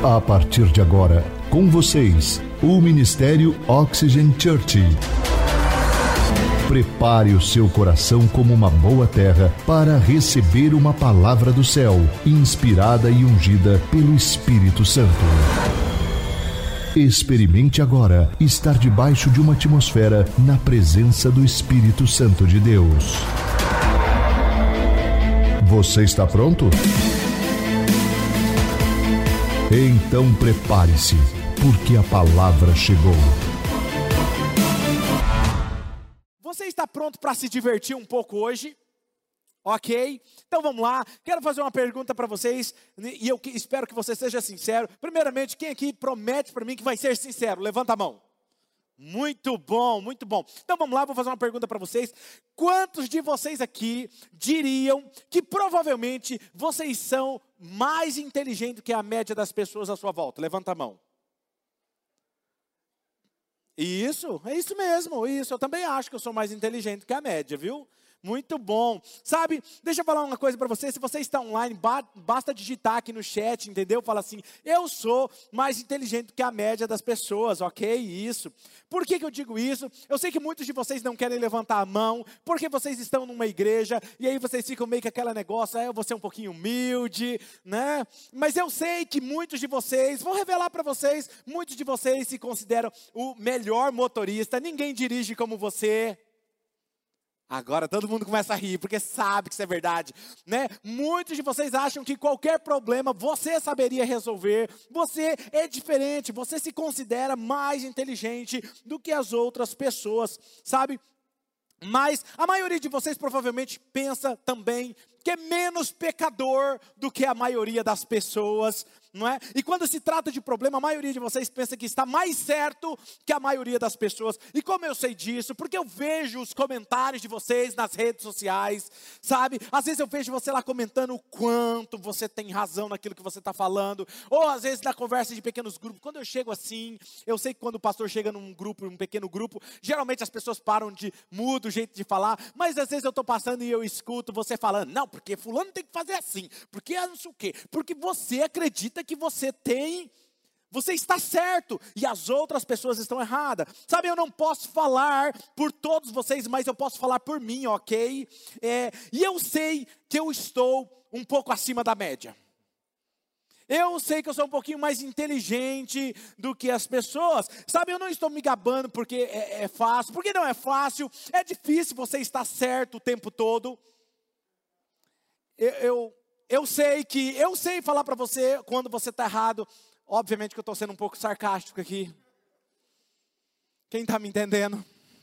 A partir de agora, com vocês, o Ministério Oxygen Church. Prepare o seu coração como uma boa terra para receber uma palavra do céu, inspirada e ungida pelo Espírito Santo. Experimente agora estar debaixo de uma atmosfera na presença do Espírito Santo de Deus. Você está pronto? Então prepare-se, porque a palavra chegou. Você está pronto para se divertir um pouco hoje? Ok? Então vamos lá. Quero fazer uma pergunta para vocês e eu espero que você seja sincero. Primeiramente, quem aqui promete para mim que vai ser sincero? Levanta a mão. Muito bom, muito bom. Então vamos lá, vou fazer uma pergunta para vocês. Quantos de vocês aqui diriam que provavelmente vocês são mais inteligentes que a média das pessoas à sua volta? Levanta a mão. Isso, é isso mesmo, isso. Eu também acho que eu sou mais inteligente que a média, viu? Muito bom. Sabe, deixa eu falar uma coisa para você. Se você está online, basta digitar aqui no chat, entendeu? Fala assim, eu sou mais inteligente que a média das pessoas, ok? Isso. Por que eu digo isso? Eu sei que muitos de vocês não querem levantar a mão, porque vocês estão numa igreja, e aí vocês ficam meio que aquela negócio, eu vou ser um pouquinho humilde, né? Mas eu sei que muitos de vocês, vou revelar para vocês, muitos de vocês se consideram o melhor motorista, ninguém dirige como você. Agora todo mundo começa a rir, porque sabe que isso é verdade, né? Muitos de vocês acham que qualquer problema você saberia resolver. Você é diferente, você se considera mais inteligente do que as outras pessoas, sabe? Mas a maioria de vocês provavelmente pensa também que é menos pecador do que a maioria das pessoas, não é? E quando se trata de problema, a maioria de vocês pensa que está mais certo que a maioria das pessoas. E como eu sei disso? Porque eu vejo os comentários de vocês nas redes sociais, sabe? Às vezes eu vejo você lá comentando o quanto você tem razão naquilo que você está falando. Ou às vezes na conversa de pequenos grupos. Quando eu chego assim, eu sei que quando o pastor chega num grupo, num pequeno grupo, geralmente as pessoas mudam o jeito de falar. Mas às vezes eu estou passando e eu escuto você falando, não, porque fulano tem que fazer assim, porque não sei o quê, porque você acredita que você está certo, e as outras pessoas estão erradas. Sabe, eu não posso falar por todos vocês, mas eu posso falar por mim, ok? E eu sei que eu estou um pouco acima da média. Eu sei que eu sou um pouquinho mais inteligente do que as pessoas. Sabe, eu não estou me gabando porque é fácil, porque não é fácil, é difícil você estar certo o tempo todo. Eu sei falar para você quando você está errado. Obviamente que eu estou sendo um pouco sarcástico aqui. Quem está me entendendo?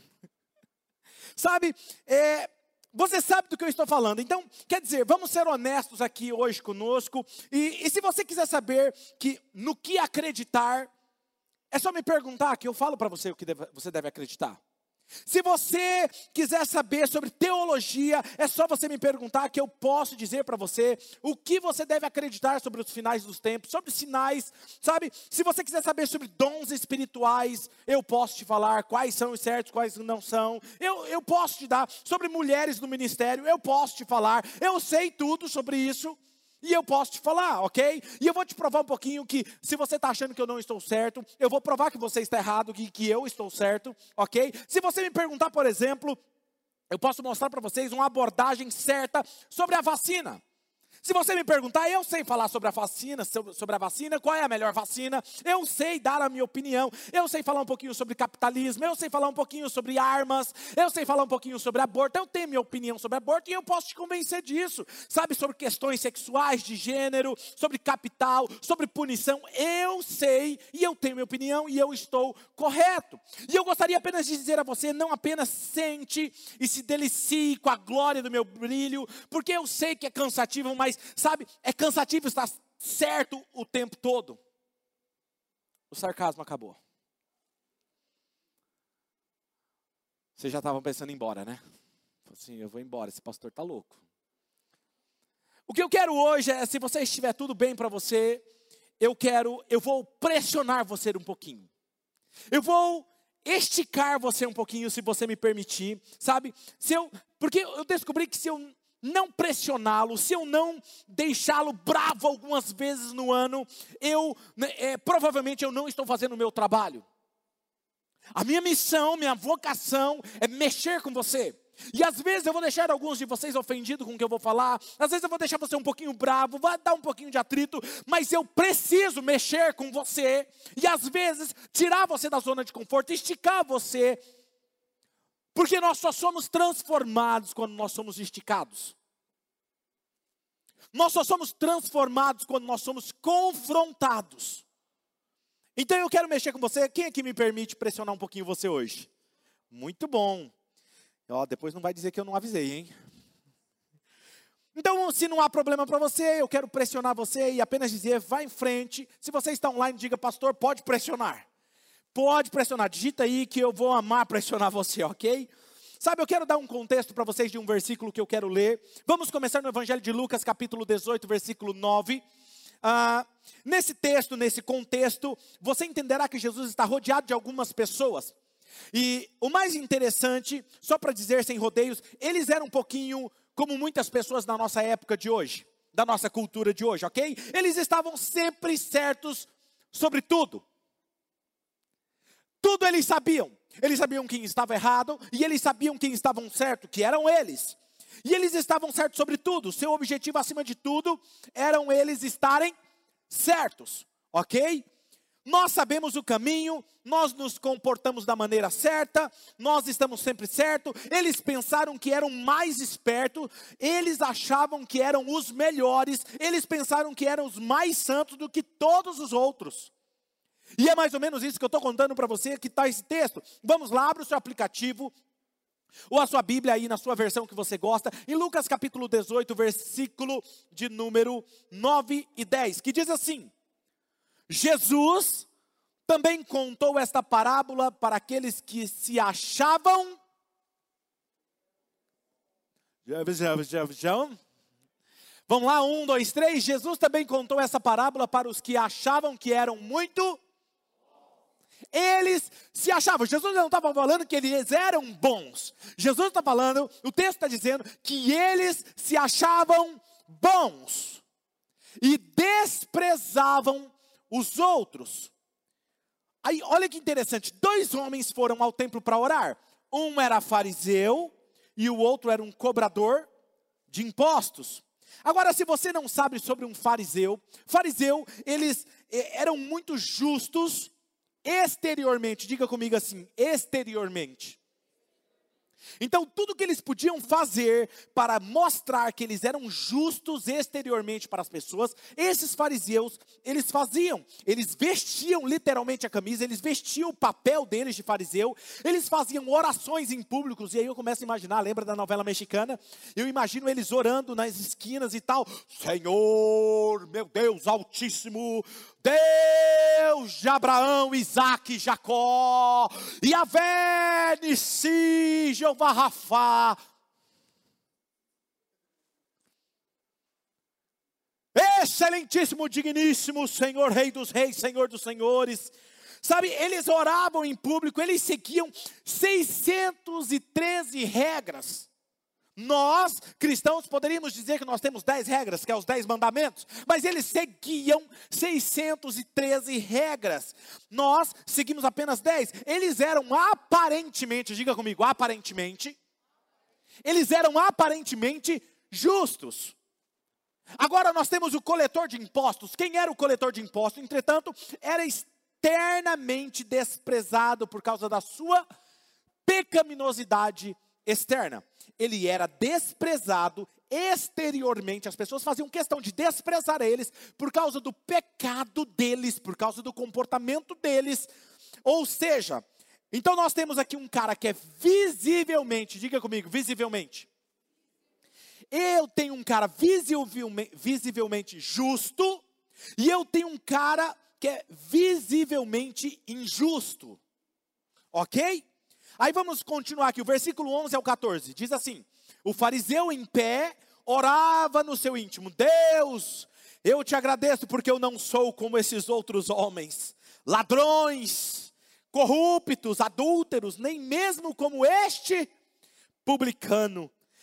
Sabe, você sabe do que eu estou falando. Então, quer dizer, vamos ser honestos aqui hoje conosco. E se você quiser saber no que acreditar, é só me perguntar que eu falo para você o que você deve acreditar. Se você quiser saber sobre teologia, é só você me perguntar que eu posso dizer para você o que você deve acreditar sobre os finais dos tempos, sobre sinais, sabe? Se você quiser saber sobre dons espirituais, eu posso te falar quais são os certos, quais não são. Eu posso te dar sobre mulheres no ministério, eu posso te falar. Eu sei tudo sobre isso. E eu posso te falar, ok? E eu vou te provar um pouquinho que se você está achando que eu não estou certo, eu vou provar que você está errado, que eu estou certo, ok? Se você me perguntar, por exemplo, eu posso mostrar para vocês uma abordagem certa sobre a vacina. Se você me perguntar, eu sei falar sobre a vacina, qual é a melhor vacina, eu sei dar a minha opinião, eu sei falar um pouquinho sobre capitalismo, eu sei falar um pouquinho sobre armas, eu sei falar um pouquinho sobre aborto, eu tenho minha opinião sobre aborto e eu posso te convencer disso, sabe, sobre questões sexuais, de gênero, sobre capital, sobre punição, eu sei e eu tenho minha opinião e eu estou correto. E eu gostaria apenas de dizer a você, não apenas sente e se delicie com a glória do meu brilho, porque eu sei que é cansativo, mas sabe, é cansativo estar certo o tempo todo. O sarcasmo acabou. Vocês já estavam pensando em ir embora, né? Assim, eu vou embora, esse pastor está louco. O que eu quero hoje é, se você estiver tudo bem para você, eu vou pressionar você um pouquinho. Eu vou esticar você um pouquinho, se você me permitir, sabe? Porque eu descobri que se eu não pressioná-lo, se eu não deixá-lo bravo algumas vezes no ano, provavelmente eu não estou fazendo o meu trabalho. A minha missão, minha vocação é mexer com você. E às vezes eu vou deixar alguns de vocês ofendidos com o que eu vou falar, às vezes eu vou deixar você um pouquinho bravo, vai dar um pouquinho de atrito, mas eu preciso mexer com você, e às vezes tirar você da zona de conforto, esticar você, porque nós só somos transformados quando nós somos esticados. Nós só somos transformados quando nós somos confrontados. Então eu quero mexer com você. Quem aqui me permite pressionar um pouquinho você hoje? Muito bom. Depois não vai dizer que eu não avisei, hein? Então, se não há problema para você, eu quero pressionar você e apenas dizer, vá em frente. Se você está online, diga, pastor, pode pressionar. Pode pressionar, digita aí que eu vou amar pressionar você, ok? Sabe, eu quero dar um contexto para vocês de um versículo que eu quero ler. Vamos começar no Evangelho de Lucas, capítulo 18, versículo 9. Nesse texto, nesse contexto, você entenderá que Jesus está rodeado de algumas pessoas. E o mais interessante, só para dizer sem rodeios, eles eram um pouquinho como muitas pessoas da nossa época de hoje, da nossa cultura de hoje, ok? Eles estavam sempre certos sobre tudo. Tudo eles sabiam quem estava errado e eles sabiam quem estavam certo, que eram eles. E eles estavam certos sobre tudo, seu objetivo acima de tudo, eram eles estarem certos, ok? Nós sabemos o caminho, nós nos comportamos da maneira certa, nós estamos sempre certos. Eles pensaram que eram mais espertos, eles achavam que eram os melhores, eles pensaram que eram os mais santos do que todos os outros. E é mais ou menos isso que eu estou contando para você, que está esse texto. Vamos lá, abre o seu aplicativo, ou a sua Bíblia aí na sua versão que você gosta, em Lucas capítulo 18, versículo de número 9 e 10, que diz assim: Jesus também contou esta parábola para aqueles que se achavam. Vamos lá, 1, 2, 3. Jesus também contou essa parábola para os que achavam que eram muito. Eles se achavam. Jesus não estava falando que eles eram bons. Jesus está falando, o texto está dizendo que eles se achavam bons e desprezavam os outros. Aí, olha que interessante, 2 homens foram ao templo para orar. Um era fariseu e o outro era um cobrador de impostos. Agora, se você não sabe sobre um fariseu, eles eram muito justos exteriormente. Diga comigo assim, exteriormente. Então, tudo que eles podiam fazer para mostrar que eles eram justos exteriormente para as pessoas, esses fariseus, eles faziam. Eles vestiam literalmente a camisa, eles vestiam o papel deles de fariseu, eles faziam orações em públicos, e aí eu começo a imaginar, lembra da novela mexicana? Eu imagino eles orando nas esquinas e tal, Senhor, meu Deus Altíssimo, Deus de Abraão, Isaac e Jacó, Yahvé, Nissi, Jeová Rafá. Excelentíssimo, digníssimo Senhor, Rei dos Reis, Senhor dos Senhores. Sabe, eles oravam em público, eles seguiam 613 regras. Nós, cristãos, poderíamos dizer que nós temos 10 regras, que é os 10 mandamentos, mas eles seguiam 613 regras. Nós seguimos apenas 10. Eles eram aparentemente, diga comigo, aparentemente, eles eram aparentemente justos. Agora nós temos o coletor de impostos. Quem era o coletor de impostos? Entretanto, era externamente desprezado por causa da sua pecaminosidade externa. Ele era desprezado exteriormente, as pessoas faziam questão de desprezar eles por causa do pecado deles, por causa do comportamento deles. Ou seja, então nós temos aqui um cara que é visivelmente, diga comigo, visivelmente. Eu tenho um cara visivelmente justo e eu tenho um cara que é visivelmente injusto. Ok? Aí vamos continuar aqui, o versículo 11 ao 14, diz assim: o fariseu em pé orava no seu íntimo, Deus, eu te agradeço porque eu não sou como esses outros homens, ladrões, corruptos, adúlteros, nem mesmo como este publicano.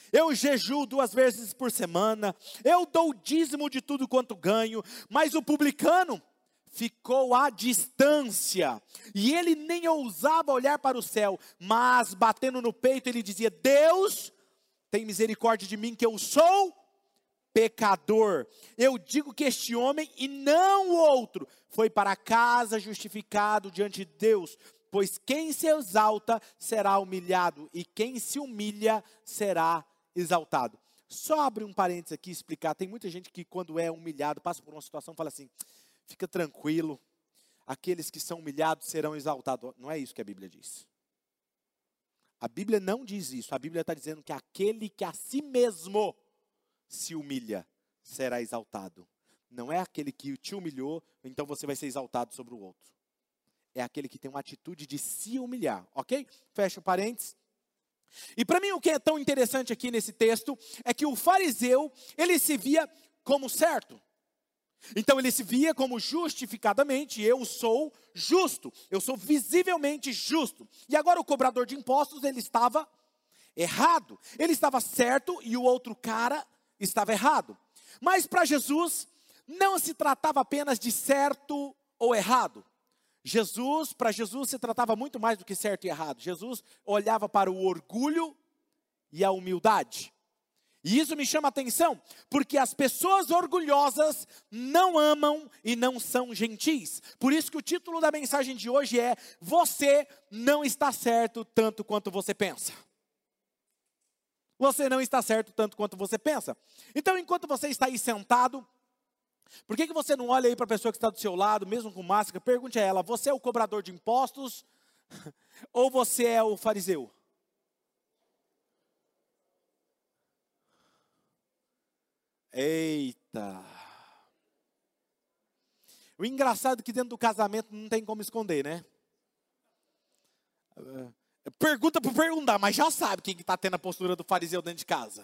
eu jejuo 2 vezes por semana, eu dou o dízimo de tudo quanto ganho. Mas o publicano ficou à distância, e ele nem ousava olhar para o céu, mas batendo no peito ele dizia: Deus, tem misericórdia de mim, que eu sou pecador. Eu digo que este homem, e não o outro, foi para casa justificado diante de Deus. Pois quem se exalta será humilhado, e quem se humilha será exaltado. Só abre um parênteses aqui e explicar. Tem muita gente que quando é humilhado, passa por uma situação, fala assim: fica tranquilo, aqueles que são humilhados serão exaltados. Não é isso que a Bíblia diz. A Bíblia não diz isso. A Bíblia está dizendo que aquele que a si mesmo se humilha será exaltado. Não é aquele que te humilhou, então você vai ser exaltado sobre o outro. É aquele que tem uma atitude de se humilhar, ok? Fecha o parênteses. E para mim o que é tão interessante aqui nesse texto é que o fariseu, ele se via como certo. Então ele se via como justificadamente: eu sou justo, eu sou visivelmente justo. E agora o cobrador de impostos, ele estava errado. Ele estava certo e o outro cara estava errado. Mas para Jesus, não se tratava apenas de certo ou errado. Para Jesus se tratava muito mais do que certo e errado. Jesus olhava para o orgulho e a humildade. E isso me chama a atenção, porque as pessoas orgulhosas não amam e não são gentis. Por isso que o título da mensagem de hoje é: você não está certo tanto quanto você pensa. Você não está certo tanto quanto você pensa. Então, enquanto você está aí sentado, por que você não olha aí para a pessoa que está do seu lado, mesmo com máscara? Pergunte a ela: você é o cobrador de impostos ou você é o fariseu? Eita! O engraçado é que dentro do casamento não tem como esconder, né? Pergunta por perguntar, mas já sabe quem está tendo a postura do fariseu dentro de casa.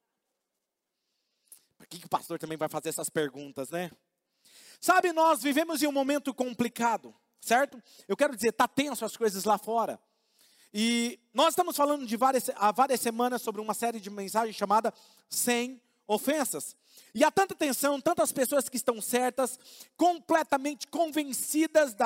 Por que o pastor também vai fazer essas perguntas, né? Sabe, nós vivemos em um momento complicado, certo? Eu quero dizer, está tenso as coisas lá fora. E nós estamos falando há várias semanas sobre uma série de mensagens chamada 100 ofensas. E há tanta tensão, tantas pessoas que estão certas, completamente convencidas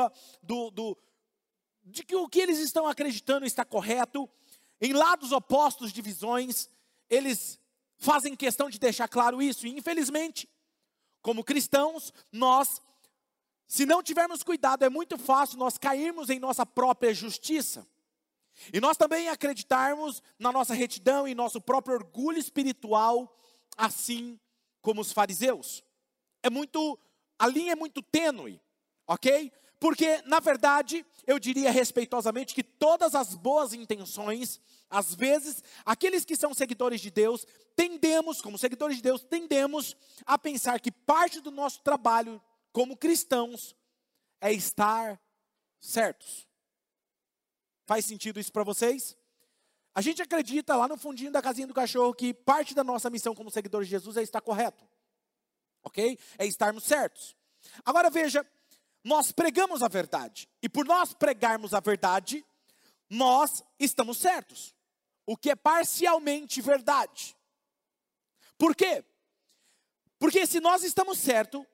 de que o que eles estão acreditando está correto. Em lados opostos de visões, eles fazem questão de deixar claro isso. E infelizmente, como cristãos, se não tivermos cuidado, é muito fácil nós cairmos em nossa própria justiça. E nós também acreditarmos na nossa retidão e nosso próprio orgulho espiritual, assim como os fariseus. A linha é muito tênue, ok? Porque, na verdade, eu diria respeitosamente que todas as boas intenções, às vezes, aqueles que são seguidores de Deus, como seguidores de Deus, tendemos a pensar que parte do nosso trabalho como cristãos é estar certos. Faz sentido isso para vocês? A gente acredita lá no fundinho da casinha do cachorro que parte da nossa missão como seguidores de Jesus é estar correto. Ok? É estarmos certos. Agora veja, nós pregamos a verdade. E por nós pregarmos a verdade, nós estamos certos. O que é parcialmente verdade. Por quê? Porque se nós estamos certos,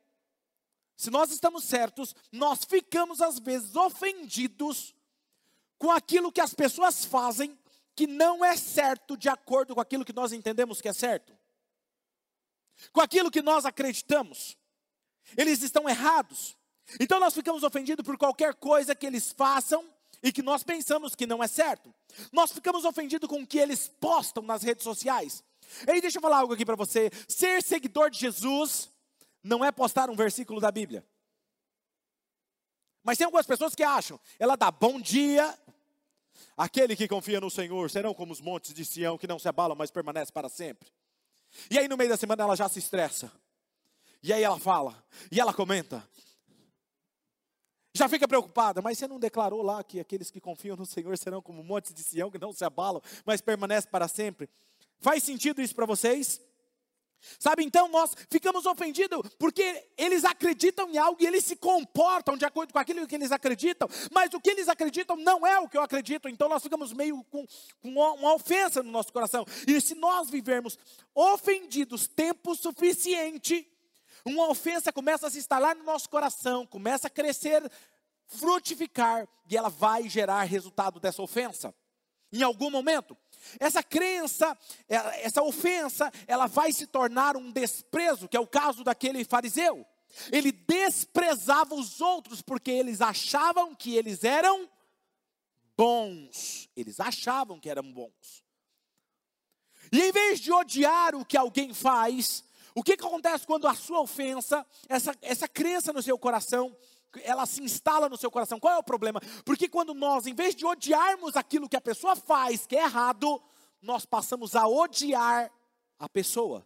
nós ficamos às vezes ofendidos com aquilo que as pessoas fazem que não é certo de acordo com aquilo que nós entendemos que é certo. Com aquilo que nós acreditamos. Eles estão errados. Então nós ficamos ofendidos por qualquer coisa que eles façam e que nós pensamos que não é certo. Nós ficamos ofendidos com o que eles postam nas redes sociais. E deixa eu falar algo aqui para você. Ser seguidor de Jesus não é postar um versículo da Bíblia. Mas tem algumas pessoas que acham. Ela dá bom dia. Aquele que confia no Senhor serão como os montes de Sião, que não se abalam, mas permanecem para sempre. E aí no meio da semana ela já se estressa. E aí ela fala, e ela comenta. Já fica preocupada, mas você não declarou lá que aqueles que confiam no Senhor serão como montes de Sião, que não se abalam, mas permanecem para sempre? Faz sentido isso para vocês? Sabe, então nós ficamos ofendidos porque eles acreditam em algo e eles se comportam de acordo com aquilo que eles acreditam, mas o que eles acreditam não é o que eu acredito, então nós ficamos meio com uma ofensa no nosso coração. E se nós vivermos ofendidos tempo suficiente, uma ofensa começa a se instalar no nosso coração, começa a crescer, frutificar, e ela vai gerar resultado dessa ofensa. Em algum momento, essa crença, essa ofensa, ela vai se tornar um desprezo, que é o caso daquele fariseu. Ele desprezava os outros porque eles achavam que eles eram bons. Eles achavam que eram bons. E em vez de odiar o que alguém faz, o que acontece quando a sua ofensa, essa crença no seu coração, ela se instala no seu coração? Qual é o problema? Porque quando nós, em vez de odiarmos aquilo que a pessoa faz, que é errado, nós passamos a odiar a pessoa.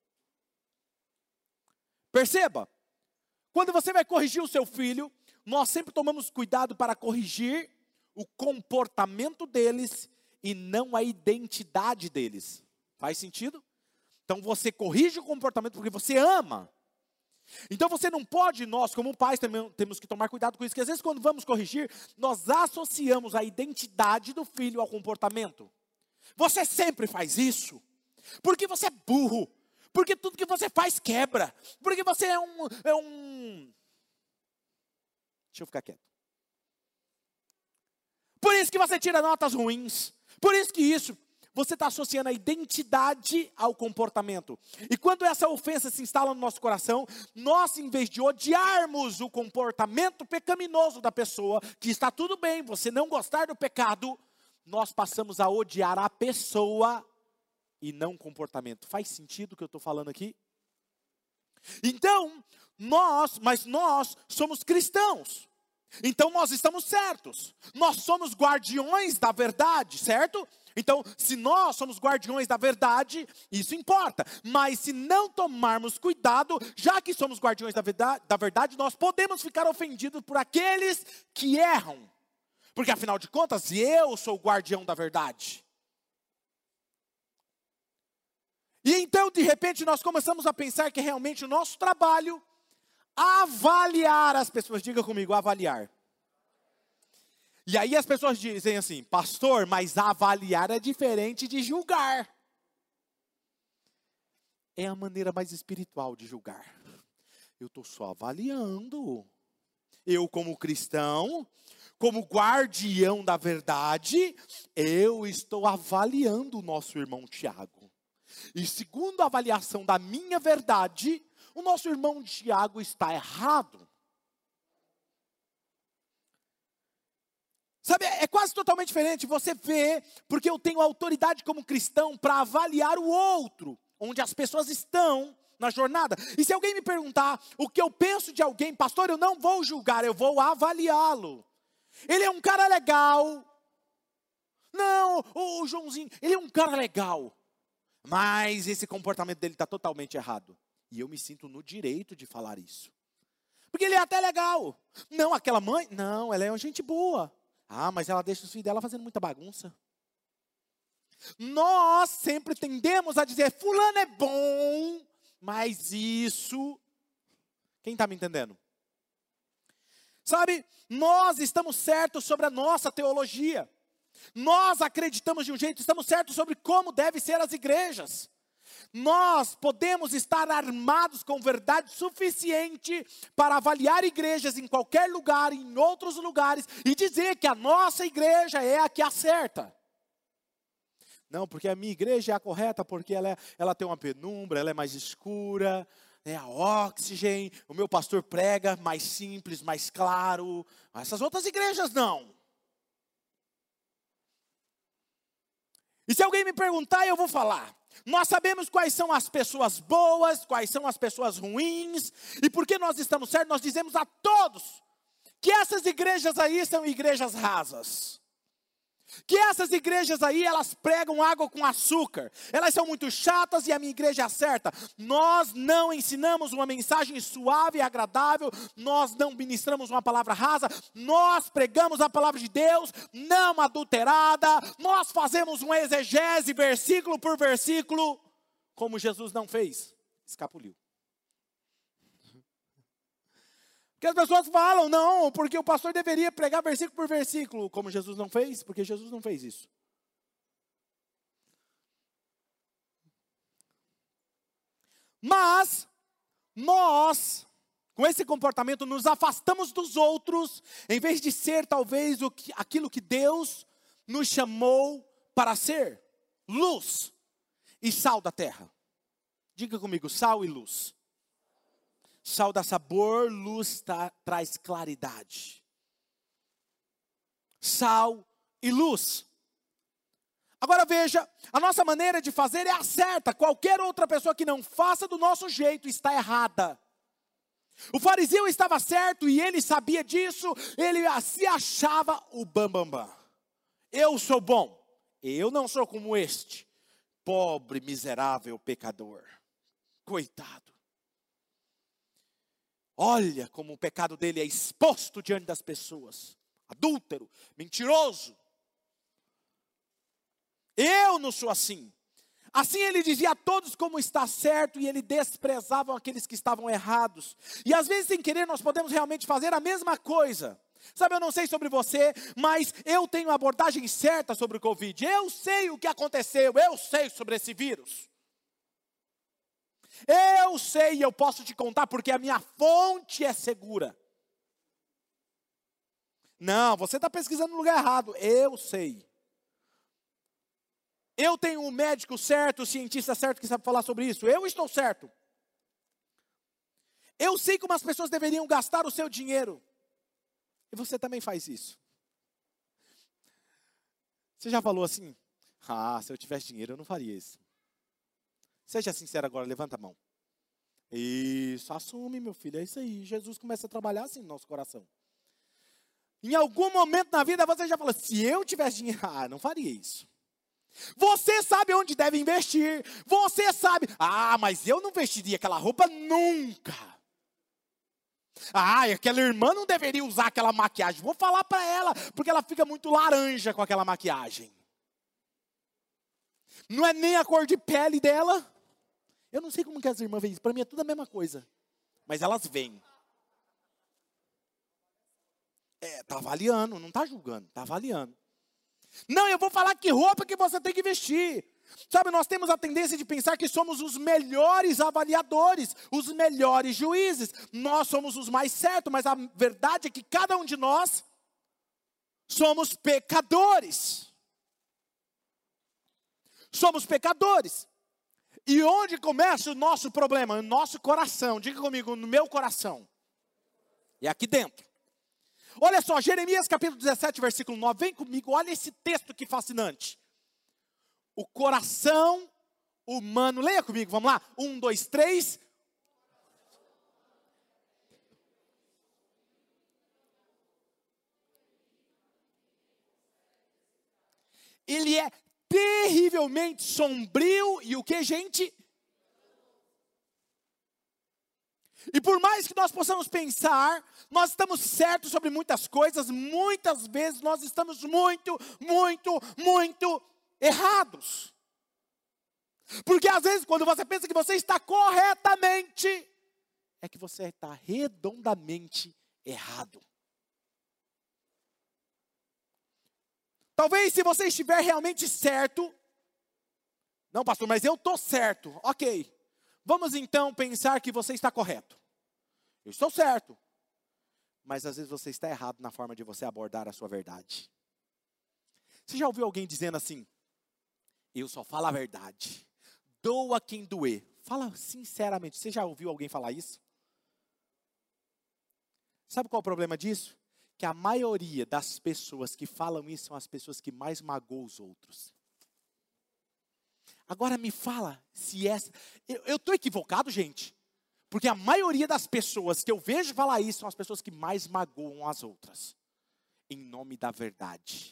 Perceba, quando você vai corrigir o seu filho, nós sempre tomamos cuidado para corrigir o comportamento deles e não a identidade deles. Faz sentido? Então você corrige o comportamento porque você ama. Então você não pode, nós como pais também temos que tomar cuidado com isso, que às vezes quando vamos corrigir, nós associamos a identidade do filho ao comportamento. Você sempre faz isso, porque você é burro, porque tudo que você faz quebra, porque você é um... Deixa eu ficar quieto. Por isso que você tira notas ruins, por isso que isso... Você está associando a identidade ao comportamento. E quando essa ofensa se instala no nosso coração, nós, em vez de odiarmos o comportamento pecaminoso da pessoa, que está tudo bem, você não gostar do pecado, nós passamos a odiar a pessoa e não o comportamento. Faz sentido o que eu estou falando aqui? Então, nós somos cristãos. Então nós estamos certos. Nós somos guardiões da verdade, certo? Então, se nós somos guardiões da verdade, isso importa. Mas se não tomarmos cuidado, já que somos guardiões da verdade, nós podemos ficar ofendidos por aqueles que erram. Porque afinal de contas, eu sou o guardião da verdade. E então, de repente, nós começamos a pensar que realmente o nosso trabalho, avaliar as pessoas. Diga comigo, avaliar. E aí as pessoas dizem assim, pastor, mas avaliar é diferente de julgar. É a maneira mais espiritual de julgar. Eu estou só avaliando. Eu como cristão, como guardião da verdade, eu estou avaliando o nosso irmão Tiago. E segundo a avaliação da minha verdade, o nosso irmão Tiago está errado. Sabe, é quase totalmente diferente. Você vê, porque eu tenho autoridade como cristão para avaliar o outro, onde as pessoas estão na jornada. E se alguém me perguntar o que eu penso de alguém, pastor, eu não vou julgar, eu vou avaliá-lo. Ele é um cara legal. Não, o Joãozinho, ele é um cara legal. Mas esse comportamento dele está totalmente errado. E eu me sinto no direito de falar isso. Porque ele é até legal. Não, aquela mãe, não, ela é uma gente boa. Ah, mas ela deixa os filhos dela fazendo muita bagunça. Nós sempre tendemos a dizer, fulano é bom, mas isso... Quem está me entendendo? Sabe, nós estamos certos sobre a nossa teologia. Nós acreditamos de um jeito, estamos certos sobre como devem ser as igrejas. Nós podemos estar armados com verdade suficiente para avaliar igrejas em qualquer lugar, em outros lugares, e dizer que a nossa igreja é a que acerta. Não, porque a minha igreja é a correta, porque ela tem uma penumbra, ela é mais escura, é a oxigênio, o meu pastor prega mais simples, mais claro. Essas outras igrejas não. E se alguém me perguntar, eu vou falar. Nós sabemos quais são as pessoas boas, quais são as pessoas ruins. E porque nós estamos certos, nós dizemos a todos que essas igrejas aí são igrejas rasas. Que essas igrejas aí, elas pregam água com açúcar. Elas são muito chatas e a minha igreja acerta. Nós não ensinamos uma mensagem suave e agradável. Nós não ministramos uma palavra rasa. Nós pregamos a palavra de Deus, não adulterada. Nós fazemos uma exegese versículo por versículo, como Jesus não fez. escapuliu. Porque as pessoas falam, não, porque o pastor deveria pregar versículo por versículo, como Jesus não fez, porque Jesus não fez isso. Mas, nós, com esse comportamento, nos afastamos dos outros, em vez de ser talvez aquilo que Deus nos chamou para ser, luz e sal da terra. Diga comigo, sal e luz. Sal dá sabor, luz traz claridade. Sal e luz. Agora veja, a nossa maneira de fazer é a certa. Qualquer outra pessoa que não faça do nosso jeito está errada. O fariseu estava certo e ele sabia disso. Ele se achava o bambambam. Eu sou bom. Eu não sou como este pobre, miserável pecador. Coitado. Olha como o pecado dele é exposto diante das pessoas. Adúltero, mentiroso. Eu não sou assim. Assim ele dizia a todos como está certo e ele desprezava aqueles que estavam errados. E às vezes sem querer nós podemos realmente fazer a mesma coisa. Sabe, eu não sei sobre você, mas eu tenho a abordagem certa sobre o Covid. Eu sei o que aconteceu, eu sei sobre esse vírus. Eu sei e eu posso te contar porque a minha fonte é segura. Não, você está pesquisando no lugar errado. Eu sei. Eu tenho um médico certo, um cientista certo que sabe falar sobre isso. Eu estou certo. Eu sei como as pessoas deveriam gastar o seu dinheiro. E você também faz isso. Você já falou assim? Ah, se eu tivesse dinheiro eu não faria isso. Seja sincero agora, levanta a mão. Isso, assume, meu filho, é isso aí. Jesus começa a trabalhar assim no nosso coração. Em algum momento na vida você já falou, se eu tivesse dinheiro, não faria isso. Você sabe onde deve investir. Você sabe, mas eu não vestiria aquela roupa nunca. Aquela irmã não deveria usar aquela maquiagem. Vou falar para ela, porque ela fica muito laranja com aquela maquiagem. Não é nem a cor de pele dela. Eu não sei como que as irmãs veem isso. Para mim é tudo a mesma coisa. Mas elas veem. Está avaliando, não está julgando, está avaliando. Não, eu vou falar que roupa que você tem que vestir. Sabe, nós temos a tendência de pensar que somos os melhores avaliadores, os melhores juízes. Nós somos os mais certos, mas a verdade é que cada um de nós somos pecadores. Somos pecadores. E onde começa o nosso problema? No nosso coração. Diga comigo, no meu coração. E aqui dentro. Olha só, Jeremias capítulo 17, versículo 9. Vem comigo, olha esse texto que fascinante. O coração humano. Leia comigo, vamos lá. 1, 2, 3. Ele é terrivelmente sombrio e o que, gente? E por mais que nós possamos pensar, nós estamos certos sobre muitas coisas, muitas vezes nós estamos muito errados. Porque às vezes quando você pensa que você está corretamente, é que você está redondamente errado. Talvez se você estiver realmente certo, não pastor, mas eu estou certo, ok. Vamos então pensar que você está correto. Eu estou certo. Mas às vezes você está errado na forma de você abordar a sua verdade. Você já ouviu alguém dizendo assim, eu só falo a verdade, doa quem doer. Fala sinceramente, você já ouviu alguém falar isso? Sabe qual é o problema disso? Que a maioria das pessoas que falam isso são as pessoas que mais magoam os outros. Agora me fala se essa... Eu estou equivocado, gente? Porque a maioria das pessoas que eu vejo falar isso são as pessoas que mais magoam as outras. Em nome da verdade.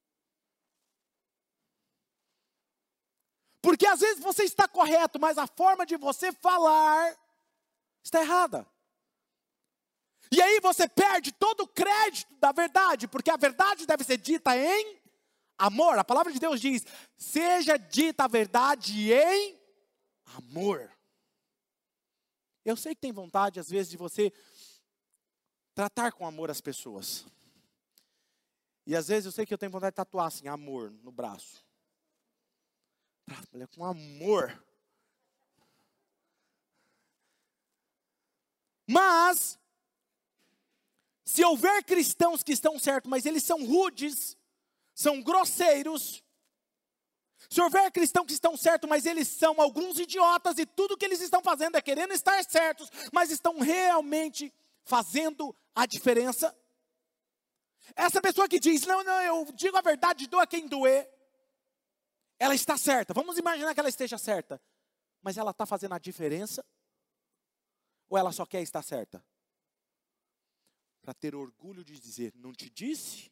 Porque às vezes você está correto, mas a forma de você falar está errada. E aí você perde todo o crédito da verdade, porque a verdade deve ser dita em amor. A palavra de Deus diz, seja dita a verdade em amor. Eu sei que tem vontade, às vezes, de você tratar com amor as pessoas. E às vezes eu sei que eu tenho vontade de tatuar assim, amor, no braço. Com amor. Mas, se houver cristãos que estão certos, mas eles são rudes, são grosseiros. Se houver cristãos que estão certos, mas eles são alguns idiotas, e tudo que eles estão fazendo é querendo estar certos, mas estão realmente fazendo a diferença. Essa pessoa que diz, não, eu digo a verdade, doa quem doer, ela está certa. Vamos imaginar que ela esteja certa. Mas ela está fazendo a diferença? Ou ela só quer estar certa? Para ter orgulho de dizer, não te disse?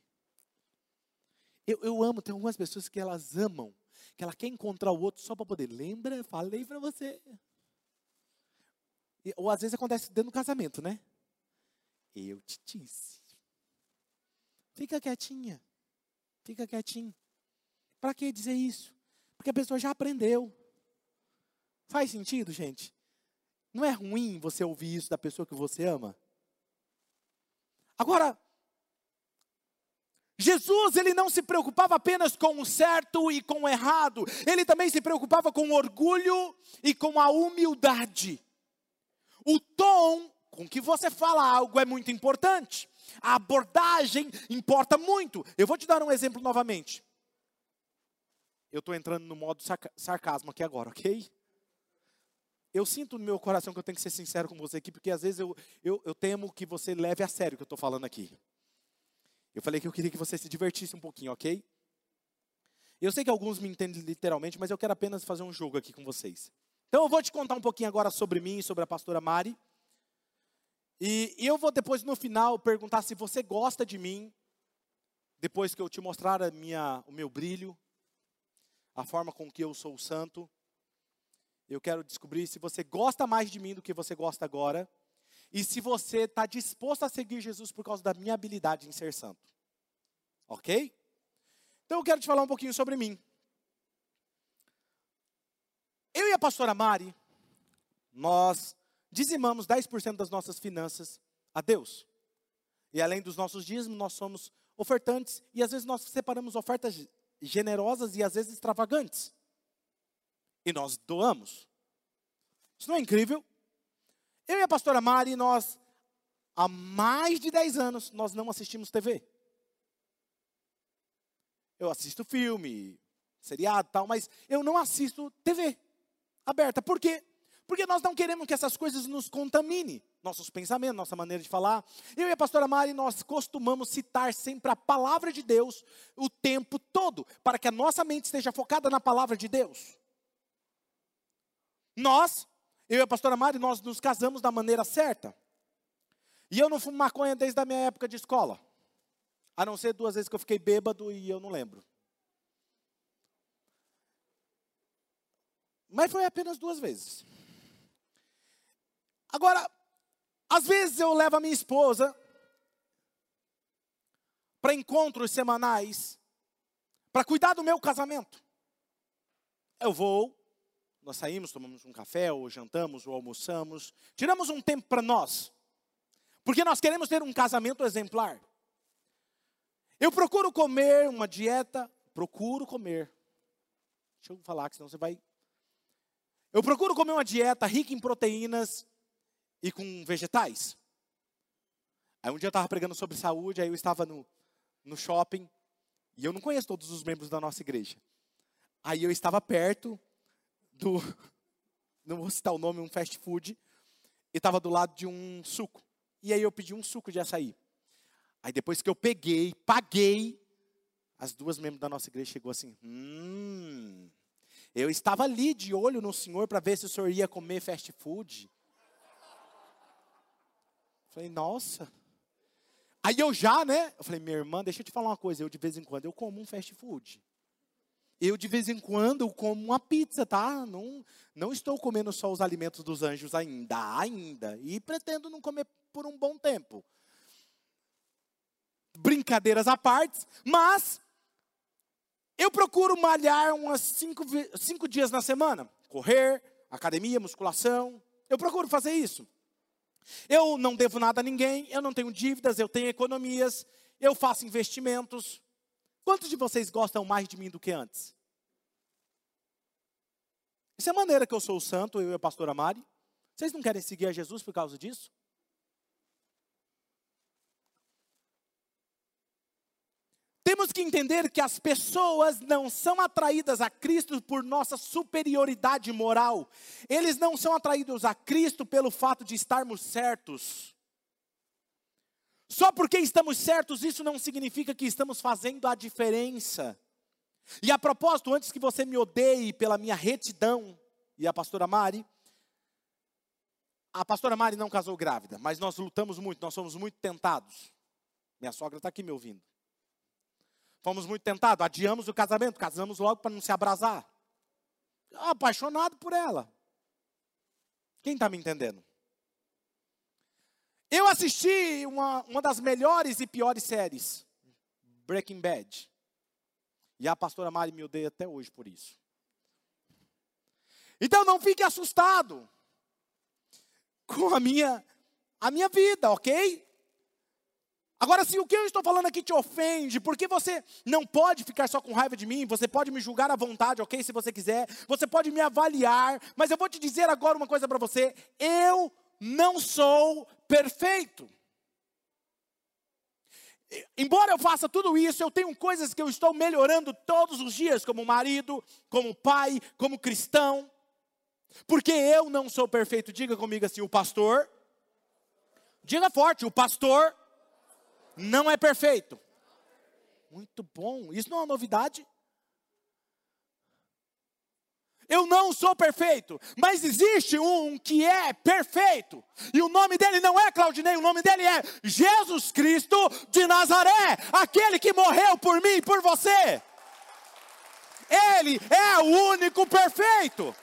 Eu amo, tem algumas pessoas que elas amam, que ela quer encontrar o outro só para poder, lembra, falei para você. Ou às vezes acontece dentro do casamento, né? Eu te disse. Fica quietinha. Fica quietinho. Para que dizer isso? Porque a pessoa já aprendeu. Faz sentido, gente? Não é ruim você ouvir isso da pessoa que você ama? Agora, Jesus, ele não se preocupava apenas com o certo e com o errado. Ele também se preocupava com o orgulho e com a humildade. O tom com que você fala algo é muito importante. A abordagem importa muito. Eu vou te dar um exemplo novamente. Eu estou entrando no modo sarcasmo aqui agora, ok? Eu sinto no meu coração que eu tenho que ser sincero com você aqui, porque às vezes eu temo que você leve a sério o que eu estou falando aqui. Eu falei que eu queria que você se divertisse um pouquinho, ok? Eu sei que alguns me entendem literalmente, mas eu quero apenas fazer um jogo aqui com vocês. Então eu vou te contar um pouquinho agora sobre mim e sobre a pastora Mari. E eu vou depois, no final, perguntar se você gosta de mim, depois que eu te mostrar o meu brilho, a forma com que eu sou santo. Eu quero descobrir se você gosta mais de mim do que você gosta agora. E se você está disposto a seguir Jesus por causa da minha habilidade em ser santo. Ok? Então eu quero te falar um pouquinho sobre mim. Eu e a pastora Mari, nós dizimamos 10% das nossas finanças a Deus. E além dos nossos dízimos, nós somos ofertantes. E às vezes nós separamos ofertas generosas e às vezes extravagantes. E nós doamos. Isso não é incrível? Eu e a pastora Mari, nós, há mais de 10 anos, nós não assistimos TV. Eu assisto filme, seriado e tal, mas eu não assisto TV aberta. Por quê? Porque nós não queremos que essas coisas nos contaminem. Nossos pensamentos, nossa maneira de falar. Eu e a pastora Mari, nós costumamos citar sempre a palavra de Deus o tempo todo, para que a nossa mente esteja focada na palavra de Deus. Eu e a pastora Mari, nós nos casamos da maneira certa. E eu não fumo maconha desde a minha época de escola. A não ser 2 vezes que eu fiquei bêbado e eu não lembro. Mas foi apenas 2 vezes. Agora, às vezes eu levo a minha esposa para encontros semanais, para cuidar do meu casamento. Nós saímos, tomamos um café, ou jantamos, ou almoçamos, tiramos um tempo para nós, porque nós queremos ter um casamento exemplar. Eu procuro comer uma dieta, deixa eu falar, que senão você vai... Eu procuro comer uma dieta rica em proteínas e com vegetais. Aí um dia eu estava pregando sobre saúde, aí eu estava no shopping, e eu não conheço todos os membros da nossa igreja. Aí eu estava perto não vou citar o nome, um fast food, e estava do lado de um suco. E aí eu pedi um suco de açaí. Aí depois que eu paguei, as 2 membros da nossa igreja chegou assim, eu estava ali de olho no senhor para ver se o senhor ia comer fast food. Falei, nossa. Aí eu falei, minha irmã, deixa eu te falar uma coisa, eu de vez em quando eu como um fast food. Eu de vez em quando eu como uma pizza, tá? Não estou comendo só os alimentos dos anjos ainda. E pretendo não comer por um bom tempo. Brincadeiras à parte, mas eu procuro malhar umas 5 dias na semana. Correr, academia, musculação. Eu procuro fazer isso. Eu não devo nada a ninguém, eu não tenho dívidas, eu tenho economias, eu faço investimentos. Quantos de vocês gostam mais de mim do que antes? Essa é a maneira que eu sou o santo, eu e a pastora Mari. Vocês não querem seguir a Jesus por causa disso? Temos que entender que as pessoas não são atraídas a Cristo por nossa superioridade moral. Eles não são atraídos a Cristo pelo fato de estarmos certos. Só porque estamos certos, isso não significa que estamos fazendo a diferença. E a propósito, antes que você me odeie pela minha retidão, e a pastora Mari não casou grávida, mas nós lutamos muito, nós somos muito tentados. Minha sogra está aqui me ouvindo. Fomos muito tentados, adiamos o casamento, casamos logo para não se abrasar. Apaixonado por ela. Quem está me entendendo? Eu assisti uma das melhores e piores séries, Breaking Bad. E a pastora Mari me odeia até hoje por isso. Então não fique assustado com a minha vida, ok? Agora, se o que eu estou falando aqui te ofende, porque você não pode ficar só com raiva de mim, você pode me julgar à vontade, ok? Se você quiser, você pode me avaliar, mas eu vou te dizer agora uma coisa para você: eu não sou perfeito. Embora eu faça tudo isso, eu tenho coisas que eu estou melhorando todos os dias, como marido, como pai, como cristão, porque eu não sou perfeito. Diga comigo assim: o pastor, diga forte, o pastor não é perfeito. Muito bom, isso não é uma novidade. Eu não sou perfeito, mas existe um que é perfeito. E o nome dele não é Claudinei, o nome dele é Jesus Cristo de Nazaré. Aquele que morreu por mim e por você. Ele é o único perfeito.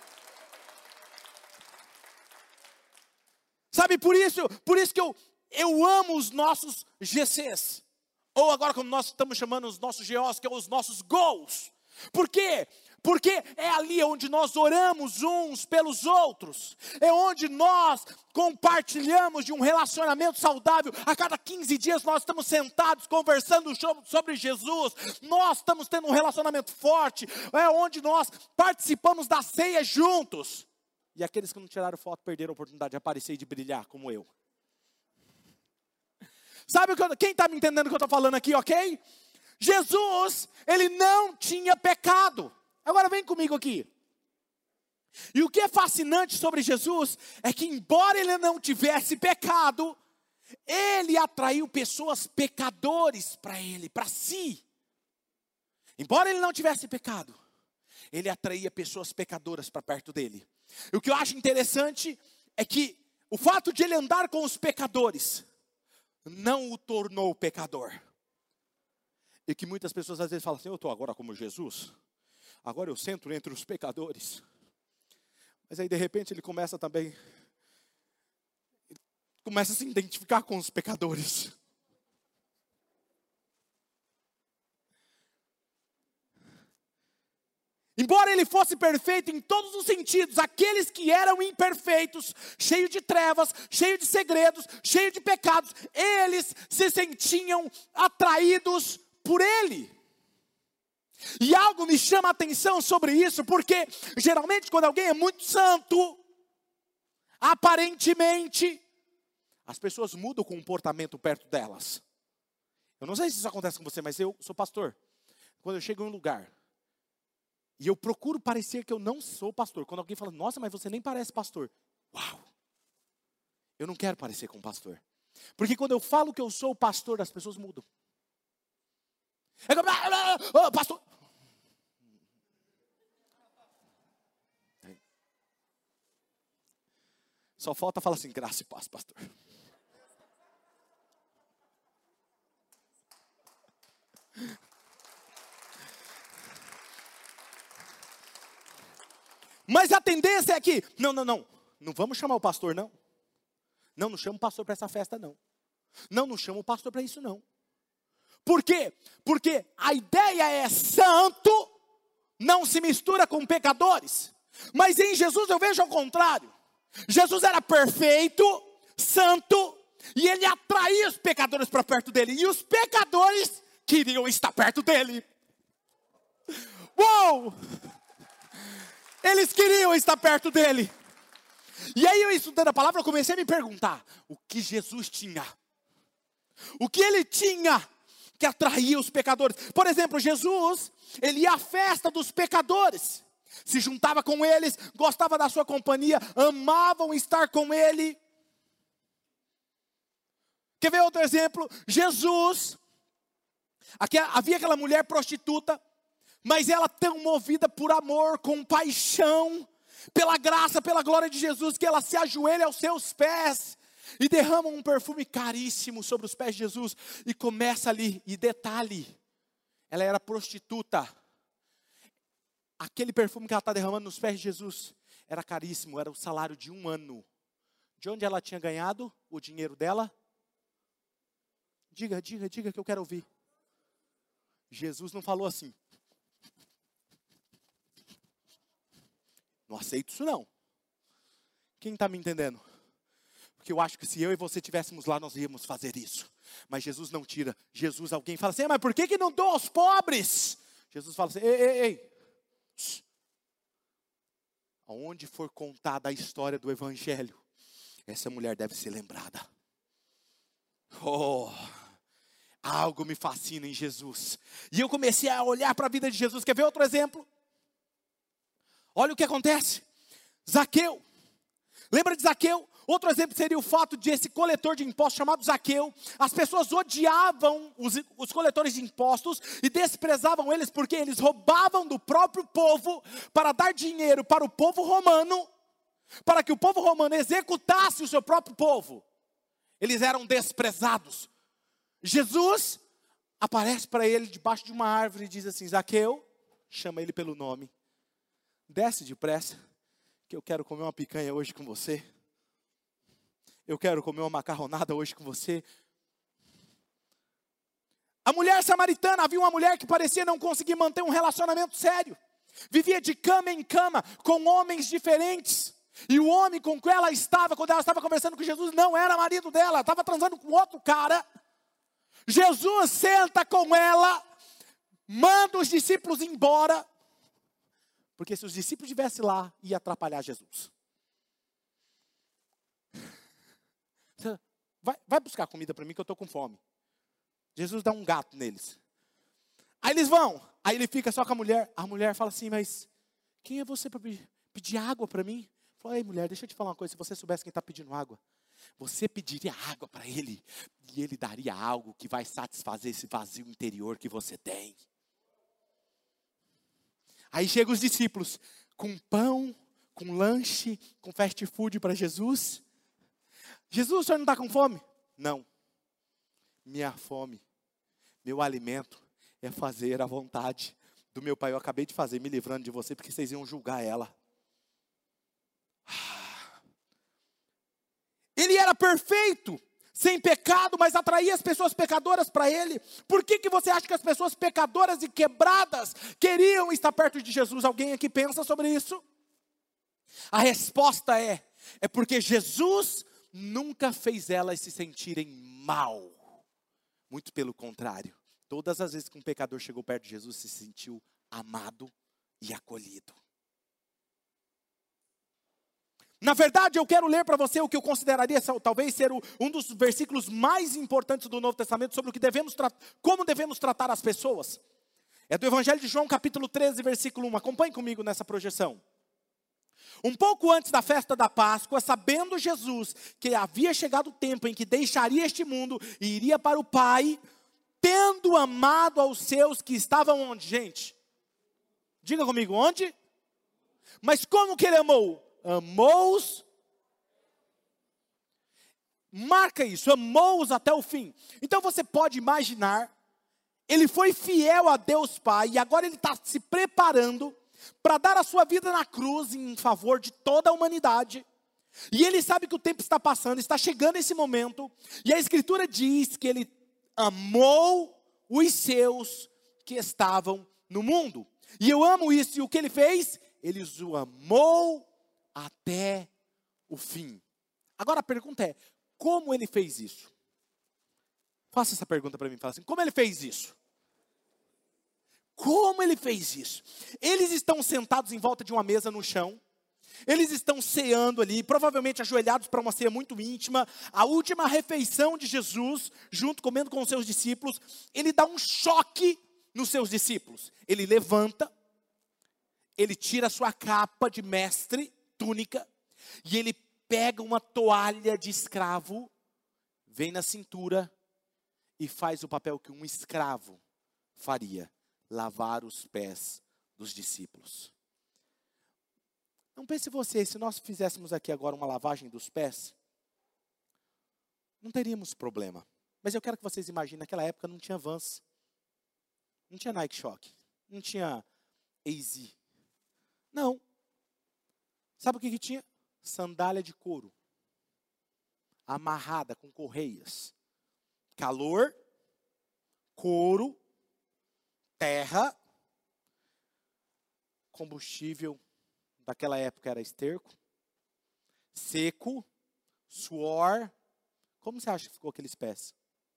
Sabe, por isso que eu amo os nossos GCs. Ou agora como nós estamos chamando os nossos GOs, que é os nossos goals. Por quê? Porque é ali onde nós oramos uns pelos outros. É onde nós compartilhamos de um relacionamento saudável. A cada 15 dias nós estamos sentados conversando sobre Jesus. Nós estamos tendo um relacionamento forte. É onde nós participamos da ceia juntos. E aqueles que não tiraram foto perderam a oportunidade de aparecer e de brilhar como eu. Sabe quem está me entendendo o que eu estou falando aqui, ok? Jesus, ele não tinha pecado. Agora vem comigo aqui. E o que é fascinante sobre Jesus é que, embora ele não tivesse pecado, ele atraiu pessoas pecadores para ele, para si. Embora ele não tivesse pecado, ele atraía pessoas pecadoras para perto dele. E o que eu acho interessante é que o fato de ele andar com os pecadores não o tornou pecador. E que muitas pessoas às vezes falam assim: eu estou agora como Jesus, agora eu sento entre os pecadores. Mas aí de repente ele começa a se identificar com os pecadores. Embora ele fosse perfeito em todos os sentidos, aqueles que eram imperfeitos, cheios de trevas, cheios de segredos, cheios de pecados, eles se sentiam atraídos por ele. E algo me chama a atenção sobre isso, porque geralmente quando alguém é muito santo, aparentemente, as pessoas mudam o comportamento perto delas. Eu não sei se isso acontece com você, mas eu sou pastor. Quando eu chego em um lugar e eu procuro parecer que eu não sou pastor. Quando alguém fala: nossa, mas você nem parece pastor. Uau! Eu não quero parecer com pastor. Porque quando eu falo que eu sou pastor, as pessoas mudam. É como: pastor. Só falta falar assim: graça e paz, pastor. Mas a tendência é que, não vamos chamar o pastor, não. Não chama o pastor para essa festa, não. Não chama o pastor para isso, não. Por quê? Porque a ideia é: santo não se mistura com pecadores. Mas em Jesus eu vejo ao contrário. Jesus era perfeito, santo, e ele atraía os pecadores para perto dele. E os pecadores queriam estar perto dele. Uou! Eles queriam estar perto dele. E aí eu estudando a palavra, eu comecei a me perguntar, o que Jesus tinha? O que ele tinha que atraía os pecadores? Por exemplo, Jesus, ele ia à festa dos pecadores. Se juntava com eles, gostava da sua companhia, amavam estar com ele. Quer ver outro exemplo? Jesus, havia aquela mulher prostituta, mas ela tão movida por amor, com paixão, pela graça, pela glória de Jesus, que ela se ajoelha aos seus pés e derrama um perfume caríssimo sobre os pés de Jesus e começa ali. E detalhe, ela era prostituta. Aquele perfume que ela está derramando nos pés de Jesus era caríssimo, era o salário de um ano. De onde ela tinha ganhado o dinheiro dela? Diga que eu quero ouvir. Jesus não falou assim. Não aceito isso não. Quem está me entendendo? Porque eu acho que se eu e você estivéssemos lá, nós íamos fazer isso. Mas Jesus não tira. Jesus, alguém fala assim, mas por que não dou aos pobres? Jesus fala assim, ei. Aonde for contada a história do Evangelho, essa mulher deve ser lembrada. Algo me fascina em Jesus. E eu comecei a olhar para a vida de Jesus. Quer ver outro exemplo? Olha o que acontece. Zaqueu. Lembra de Zaqueu? Outro exemplo seria o fato de esse coletor de impostos chamado Zaqueu. As pessoas odiavam os coletores de impostos e desprezavam eles porque eles roubavam do próprio povo para dar dinheiro para o povo romano, para que o povo romano executasse o seu próprio povo. Eles eram desprezados. Jesus aparece para ele debaixo de uma árvore e diz assim, Zaqueu, chama ele pelo nome. Desce depressa, que eu quero comer uma picanha hoje com você. Eu quero comer uma macarronada hoje com você. A mulher samaritana, havia uma mulher que parecia não conseguir manter um relacionamento sério. Vivia de cama em cama, com homens diferentes. E o homem com quem ela estava, quando ela estava conversando com Jesus, não era marido dela, estava transando com outro cara. Jesus senta com ela, manda os discípulos embora. Porque se os discípulos estivessem lá, ia atrapalhar Jesus. Vai buscar comida para mim que eu estou com fome. Jesus dá um gato neles. Aí eles vão. Aí ele fica só com a mulher. A mulher fala assim, mas quem é você para pedir água para mim? Fala, ei mulher, deixa eu te falar uma coisa. Se você soubesse quem está pedindo água, você pediria água para ele. E ele daria algo que vai satisfazer esse vazio interior que você tem. Aí chegam os discípulos com pão, com lanche, com fast food para Jesus. Jesus, o senhor não está com fome? Não. Minha fome, meu alimento é fazer a vontade do meu pai. Eu acabei de fazer, me livrando de você, porque vocês iam julgar ela. Ele era perfeito, sem pecado, mas atraía as pessoas pecadoras para ele. Por que você acha que as pessoas pecadoras e quebradas queriam estar perto de Jesus? Alguém aqui pensa sobre isso? A resposta é porque Jesus nunca fez elas se sentirem mal. Muito pelo contrário. Todas as vezes que um pecador chegou perto de Jesus, se sentiu amado e acolhido. Na verdade, eu quero ler para você o que eu consideraria talvez ser um dos versículos mais importantes do Novo Testamento sobre o que como devemos tratar as pessoas. É do Evangelho de João, capítulo 13, versículo 1. Acompanhe comigo nessa projeção. Um pouco antes da festa da Páscoa, sabendo Jesus que havia chegado o tempo em que deixaria este mundo e iria para o Pai, tendo amado aos seus que estavam onde, gente? Diga comigo, onde? Mas como que ele amou? Amou-os, marca isso, amou-os até o fim. Então você pode imaginar, ele foi fiel a Deus Pai, e agora ele está se preparando para dar a sua vida na cruz em favor de toda a humanidade. E ele sabe que o tempo está passando, está chegando esse momento, e a Escritura diz que ele amou os seus que estavam no mundo. E eu amo isso, e o que ele fez? Ele os amou até o fim. Agora a pergunta é, como ele fez isso? Faça essa pergunta para mim, fala assim, como ele fez isso? Como ele fez isso? Eles estão sentados em volta de uma mesa no chão. Eles estão ceando ali, provavelmente ajoelhados para uma ceia muito íntima. A última refeição de Jesus, junto comendo com os seus discípulos. Ele dá um choque nos seus discípulos. Ele levanta, ele tira a sua capa de mestre, túnica, e ele pega uma toalha de escravo, vem na cintura e faz o papel que um escravo faria. Lavar os pés dos discípulos. Não pense você, se nós fizéssemos aqui agora uma lavagem dos pés, não teríamos problema. Mas eu quero que vocês imaginem, naquela época não tinha Vans, não tinha Nike Shock, não tinha AZ. Não. Sabe o que tinha? Sandália de couro, amarrada com correias. Calor, couro, terra, combustível, daquela época era esterco, seco, suor. Como você acha que ficou aqueles pés?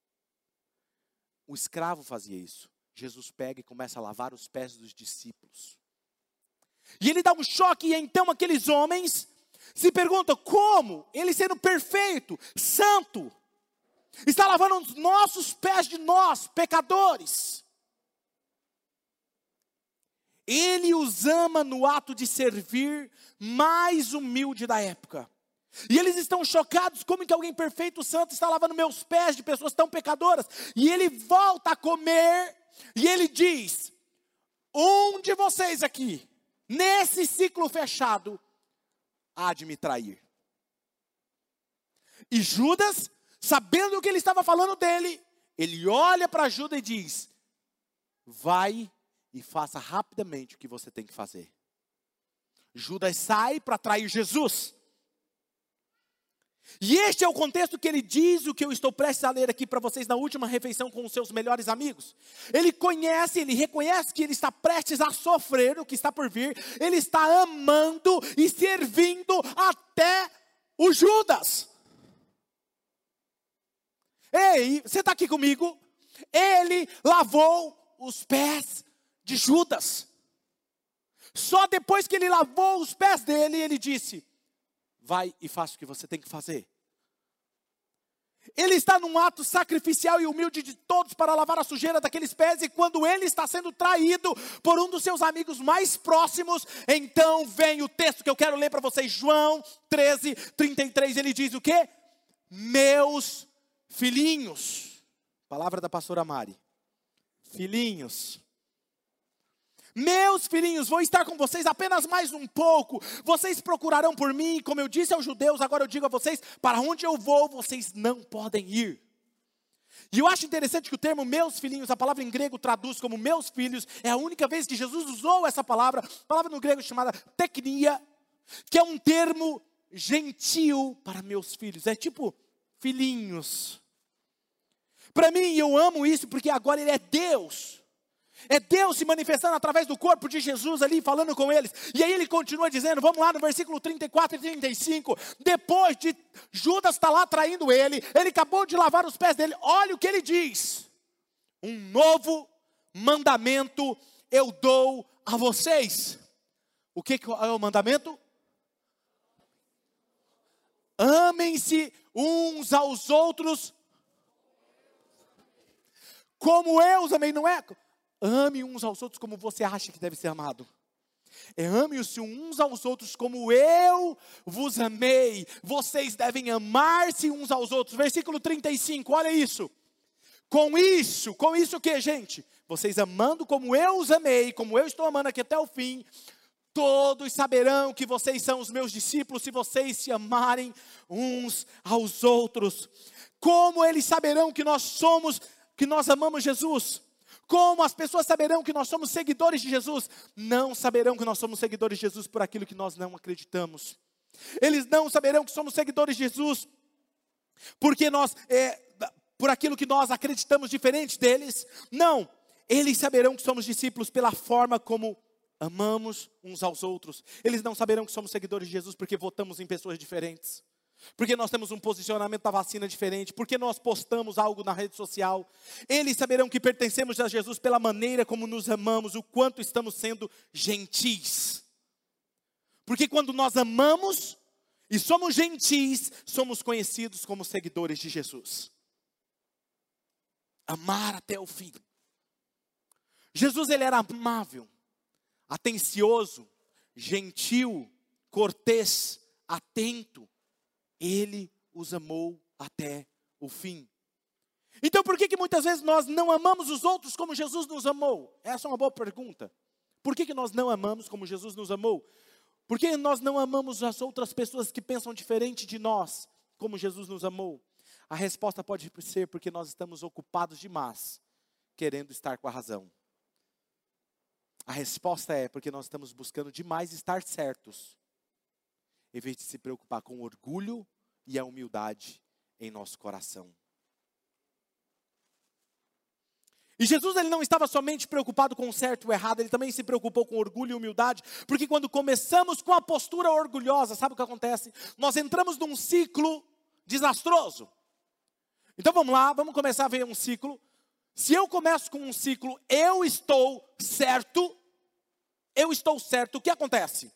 O escravo fazia isso. Jesus pega e começa a lavar os pés dos discípulos. E ele dá um choque, e então aqueles homens se perguntam como ele, sendo perfeito, santo, está lavando os nossos pés de nós, pecadores. Ele os ama no ato de servir mais humilde da época. E eles estão chocados, como que alguém perfeito, santo, está lavando meus pés de pessoas tão pecadoras. E ele volta a comer, e ele diz, um de vocês aqui, nesse ciclo fechado, há de me trair. E Judas, sabendo o que ele estava falando dele, ele olha para Judas e diz, vai e faça rapidamente o que você tem que fazer. Judas sai para trair Jesus. E este é o contexto que ele diz, o que eu estou prestes a ler aqui para vocês na última refeição com os seus melhores amigos. Ele conhece, ele reconhece que ele está prestes a sofrer o que está por vir. Ele está amando e servindo até o Judas. Ei, você está aqui comigo? Ele lavou os pés de Judas. Só depois que ele lavou os pés dele, ele disse, vai e faça o que você tem que fazer. Ele está num ato sacrificial e humilde de todos para lavar a sujeira daqueles pés, e quando ele está sendo traído por um dos seus amigos mais próximos, então vem o texto que eu quero ler para vocês, João 13:33, ele diz o quê? Meus filhinhos, palavra da pastora Mari, filhinhos, meus filhinhos, vou estar com vocês apenas mais um pouco. Vocês procurarão por mim, como eu disse aos judeus, agora eu digo a vocês, para onde eu vou, vocês não podem ir. E eu acho interessante que o termo meus filhinhos, a palavra em grego traduz como meus filhos, é a única vez que Jesus usou essa palavra no grego chamada teknia, que é um termo gentil para meus filhos, é tipo filhinhos. Para mim, eu amo isso porque agora ele é Deus. É Deus se manifestando através do corpo de Jesus ali, falando com eles. E aí ele continua dizendo, vamos lá no versículo 34 e 35. Depois de Judas estar lá traindo ele acabou de lavar os pés dele. Olha o que ele diz. Um novo mandamento eu dou a vocês. O que é o mandamento? Amem-se uns aos outros. Como eu os amei, não é? Ame uns aos outros como você acha que deve ser amado. Ame-se uns aos outros como eu vos amei. Vocês devem amar-se uns aos outros. Versículo 35, olha isso. Com isso o que, gente? Vocês amando como eu os amei, como eu estou amando aqui até o fim, todos saberão que vocês são os meus discípulos se vocês se amarem uns aos outros. Como eles saberão que nós amamos Jesus? Como as pessoas saberão que nós somos seguidores de Jesus? Não saberão que nós somos seguidores de Jesus por aquilo que nós não acreditamos. Eles não saberão que somos seguidores de Jesus porque por aquilo que nós acreditamos diferente deles. Não, eles saberão que somos discípulos pela forma como amamos uns aos outros. Eles não saberão que somos seguidores de Jesus porque votamos em pessoas diferentes. Porque nós temos um posicionamento da vacina diferente. Porque nós postamos algo na rede social. Eles saberão que pertencemos a Jesus pela maneira como nos amamos. O quanto estamos sendo gentis. Porque quando nós amamos e somos gentis, somos conhecidos como seguidores de Jesus. Amar até o fim. Jesus, ele era amável, atencioso, gentil, cortês, atento. Ele os amou até o fim. Então por que muitas vezes nós não amamos os outros como Jesus nos amou? Essa é uma boa pergunta. Por que nós não amamos como Jesus nos amou? Por que nós não amamos as outras pessoas que pensam diferente de nós, como Jesus nos amou? A resposta pode ser porque nós estamos ocupados demais, querendo estar com a razão. A resposta é porque nós estamos buscando demais estar certos, em vez de se preocupar com o orgulho e a humildade em nosso coração. E Jesus, ele não estava somente preocupado com o certo e o errado, ele também se preocupou com orgulho e humildade, porque quando começamos com a postura orgulhosa, sabe o que acontece? Nós entramos num ciclo desastroso. Então vamos lá, vamos começar a ver um ciclo. Se eu começo com um ciclo, eu estou certo, o que acontece?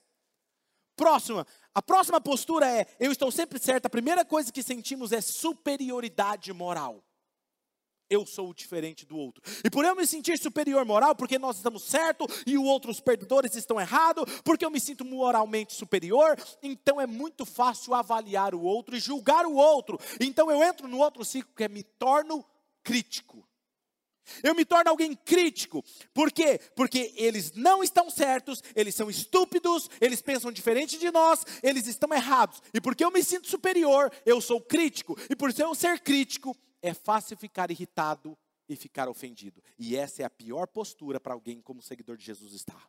A próxima postura é, eu estou sempre certo, a primeira coisa que sentimos é superioridade moral. Eu sou diferente do outro. E por eu me sentir superior moral, porque nós estamos certos e os outros perdedores estão errados, porque eu me sinto moralmente superior, então é muito fácil avaliar o outro e julgar o outro. Então eu entro no outro ciclo que é me torno crítico. Eu me torno alguém crítico. Por quê? Porque eles não estão certos, eles são estúpidos, eles pensam diferente de nós, eles estão errados. E porque eu me sinto superior, eu sou crítico. E por eu ser crítico, é fácil ficar irritado e ficar ofendido. E essa é a pior postura para alguém como seguidor de Jesus está.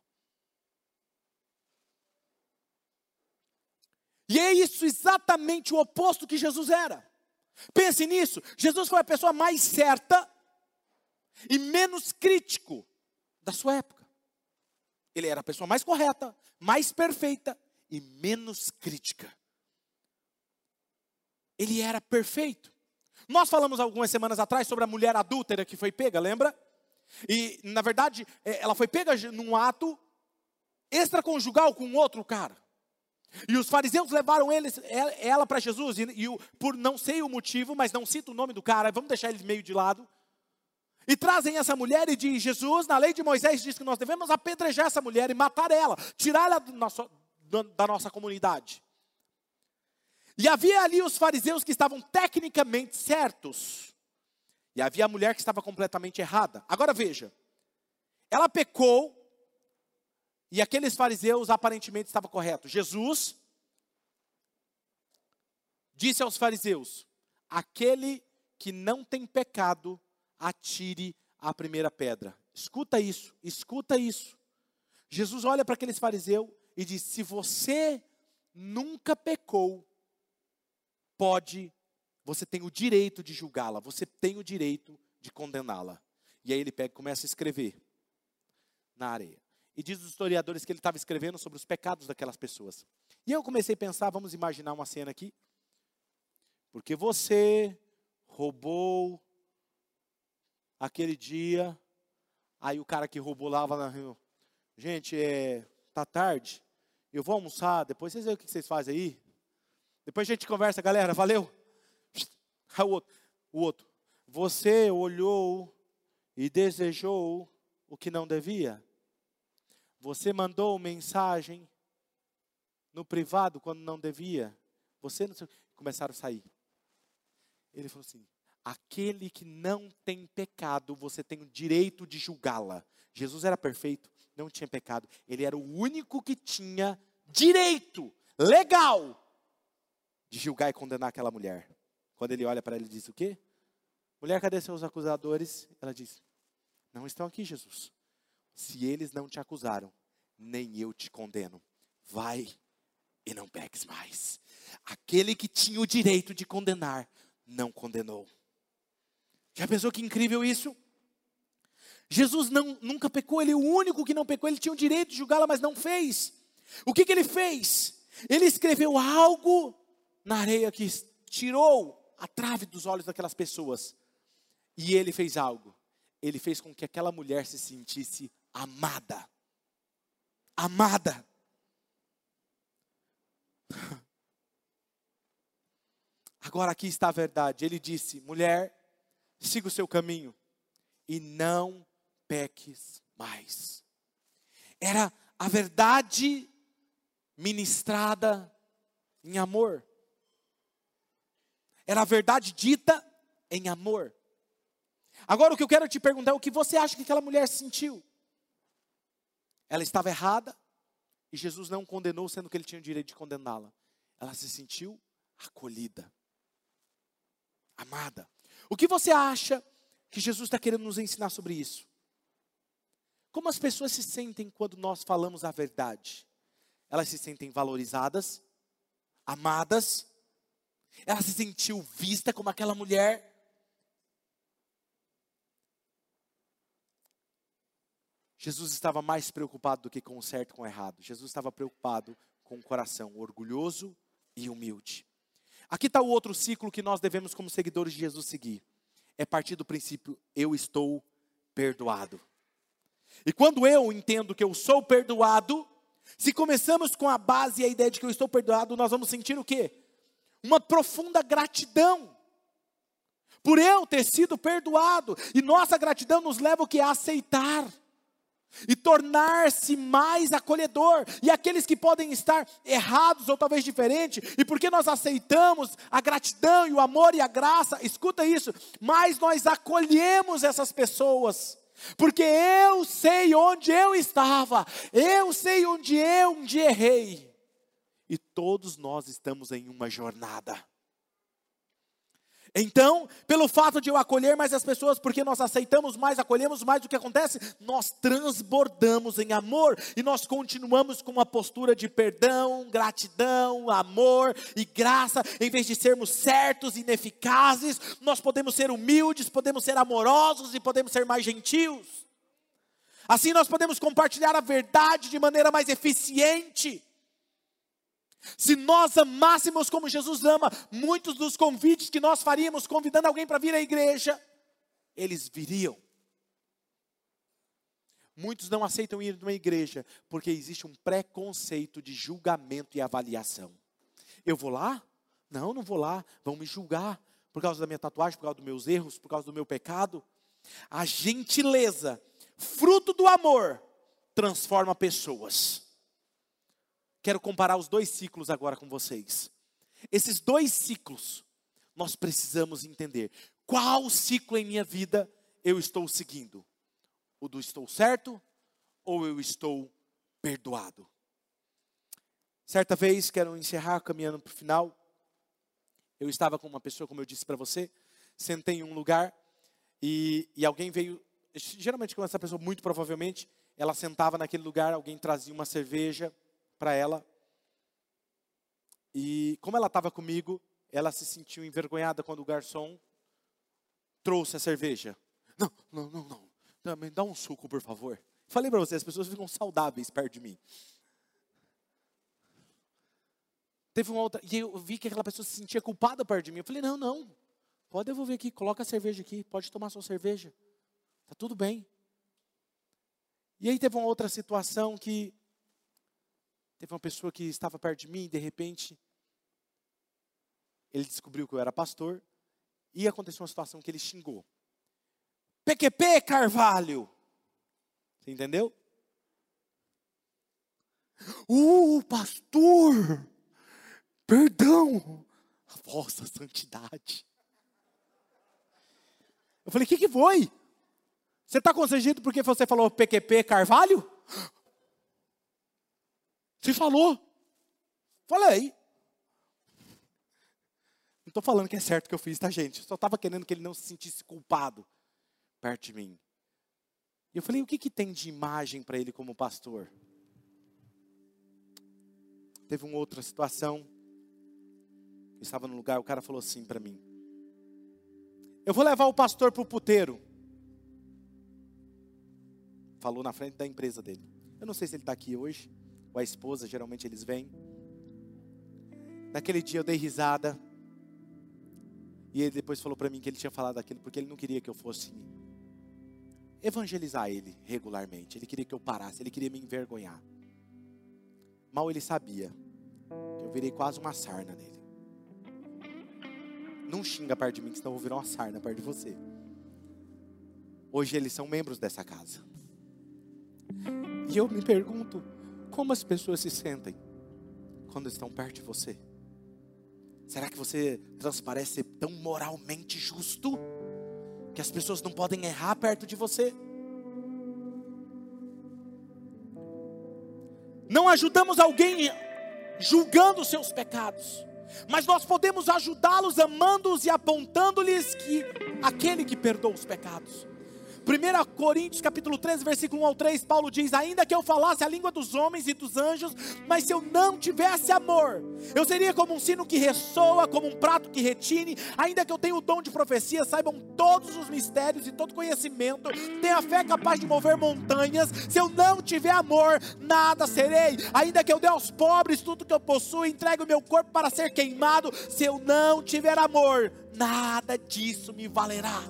E é isso exatamente o oposto que Jesus era. Pense nisso. Jesus foi a pessoa mais certa e menos crítico da sua época. Ele era a pessoa mais correta, mais perfeita e menos crítica. Ele era perfeito. Nós falamos algumas semanas atrás sobre a mulher adúltera que foi pega, lembra? E, na verdade, ela foi pega num ato extraconjugal com outro cara. E os fariseus levaram ela para Jesus, por não sei o motivo, mas não cito o nome do cara, vamos deixar ele meio de lado. E trazem essa mulher e diz, Jesus, na lei de Moisés diz que nós devemos apedrejar essa mulher e matar ela, tirar ela da nossa comunidade. E havia ali os fariseus que estavam tecnicamente certos. E havia a mulher que estava completamente errada. Agora veja, ela pecou e aqueles fariseus aparentemente estavam corretos. Jesus disse aos fariseus, aquele que não tem pecado, atire a primeira pedra. Escuta isso, escuta isso. Jesus olha para aqueles fariseus e diz, se você nunca pecou, você tem o direito de julgá-la, você tem o direito de condená-la. E aí ele pega e começa a escrever na areia. E diz os historiadores que ele estava escrevendo sobre os pecados daquelas pessoas. E eu comecei a pensar, vamos imaginar uma cena aqui. Porque você roubou aquele dia, aí o cara que roubou lá, gente, tá tarde, eu vou almoçar, depois vocês veem o que vocês fazem aí. Depois a gente conversa, galera, valeu. Aí o outro, você olhou e desejou o que não devia. Você mandou mensagem no privado quando não devia. Você não sei. Começaram a sair. Ele falou assim, aquele que não tem pecado, você tem o direito de julgá-la. Jesus era perfeito, não tinha pecado. Ele era o único que tinha direito legal de julgar e condenar aquela mulher. Quando ele olha para ela e diz o quê? Mulher, cadê seus acusadores? Ela diz, não estão aqui, Jesus. Se eles não te acusaram, nem eu te condeno. Vai e não peques mais. Aquele que tinha o direito de condenar, não condenou. Já pensou que incrível isso? Jesus nunca pecou, ele é o único que não pecou, ele tinha o direito de julgá-la, mas não fez. O que ele fez? Ele escreveu algo na areia que tirou a trave dos olhos daquelas pessoas. E ele fez algo. Ele fez com que aquela mulher se sentisse amada. Amada. Agora aqui está a verdade. Ele disse: mulher, siga o seu caminho e não peques mais. Era a verdade ministrada em amor. Era a verdade dita em amor. Agora o que eu quero te perguntar é o que você acha que aquela mulher sentiu? Ela estava errada e Jesus não condenou, sendo que ele tinha o direito de condená-la. Ela se sentiu acolhida, amada. O que você acha que Jesus está querendo nos ensinar sobre isso? Como as pessoas se sentem quando nós falamos a verdade? Elas se sentem valorizadas, amadas. Ela se sentiu vista como aquela mulher. Jesus estava mais preocupado do que com o certo e com o errado. Jesus estava preocupado com o coração orgulhoso e humilde. Aqui está o outro ciclo que nós devemos, como seguidores de Jesus, seguir. É partir do princípio: eu estou perdoado. E quando eu entendo que eu sou perdoado, se começamos com a base e a ideia de que eu estou perdoado, nós vamos sentir o quê? Uma profunda gratidão por eu ter sido perdoado. E nossa gratidão nos leva o quê? A aceitar e tornar-se mais acolhedor. E aqueles que podem estar errados ou talvez diferentes, e porque nós aceitamos a gratidão e o amor e a graça, escuta isso, mas nós acolhemos essas pessoas, porque eu sei onde eu estava, eu sei onde eu um dia errei, e todos nós estamos em uma jornada. Então, pelo fato de eu acolher mais as pessoas, porque nós aceitamos mais, acolhemos mais, o que acontece? Nós transbordamos em amor, e nós continuamos com uma postura de perdão, gratidão, amor e graça. Em vez de sermos certos e ineficazes, nós podemos ser humildes, podemos ser amorosos e podemos ser mais gentios. Assim nós podemos compartilhar a verdade de maneira mais eficiente. Se nós amássemos como Jesus ama, muitos dos convites que nós faríamos, convidando alguém para vir à igreja, eles viriam. Muitos não aceitam ir numa igreja, porque existe um preconceito de julgamento e avaliação. Eu vou lá? Não, não vou lá. Vão me julgar por causa da minha tatuagem, por causa dos meus erros, por causa do meu pecado. A gentileza, fruto do amor, transforma pessoas. Quero comparar os dois ciclos agora com vocês. Esses dois ciclos, nós precisamos entender. Qual ciclo em minha vida eu estou seguindo? O do estou certo ou eu estou perdoado? Certa vez, quero encerrar caminhando para o final. Eu estava com uma pessoa, como eu disse para você, sentei em um lugar e alguém veio. Geralmente com essa pessoa, muito provavelmente, ela sentava naquele lugar, alguém trazia uma cerveja para ela, e como ela estava comigo, ela se sentiu envergonhada quando o garçom trouxe a cerveja. Não, me dá um suco, por favor. Falei para você, as pessoas ficam saudáveis perto de mim. Teve uma outra, e eu vi que aquela pessoa se sentia culpada perto de mim. Eu falei, não, pode devolver aqui, coloca a cerveja aqui, pode tomar sua cerveja, tá tudo bem. E aí teve uma outra situação que teve uma pessoa que estava perto de mim e de repente ele descobriu que eu era pastor e aconteceu uma situação que ele xingou. PQP Carvalho. Você entendeu? Pastor, perdão, a vossa santidade. Eu falei, o que foi? Você está constrangido porque você falou PQP Carvalho? Você falou? Falei. Não estou falando que é certo que eu fiz, tá, gente? Eu só estava querendo que ele não se sentisse culpado perto de mim. E eu falei, o que tem de imagem para ele como pastor? Teve uma outra situação. Eu estava no lugar, o cara falou assim para mim: eu vou levar o pastor para o puteiro. falou na frente da empresa dele. Eu não sei se ele está aqui hoje, ou a esposa, geralmente eles vêm. Naquele dia eu dei risada. E ele depois falou para mim que ele tinha falado aquilo porque ele não queria que eu fosse evangelizar ele regularmente. Ele queria que eu parasse, ele queria me envergonhar. Mal ele sabia que eu virei quase uma sarna nele. Não xinga perto de mim, que senão eu vou virar uma sarna perto de você. Hoje eles são membros dessa casa. E eu me pergunto, como as pessoas se sentem quando estão perto de você? Será que você transparece ser tão moralmente justo que as pessoas não podem errar perto de você? Não ajudamos alguém julgando os seus pecados, mas nós podemos ajudá-los amando-os e apontando-lhes que aquele que perdoa os pecados. 1 Coríntios capítulo 13, versículo 1 ao 3, Paulo diz: ainda que eu falasse a língua dos homens e dos anjos, mas se eu não tivesse amor, eu seria como um sino que ressoa, como um prato que retine. Ainda que eu tenha o dom de profecia, saibam todos os mistérios e todo conhecimento, tenha a fé capaz de mover montanhas, se eu não tiver amor, nada serei. Ainda que eu dê aos pobres tudo que eu possuo, entregue o meu corpo para ser queimado, se eu não tiver amor, nada disso me valerá.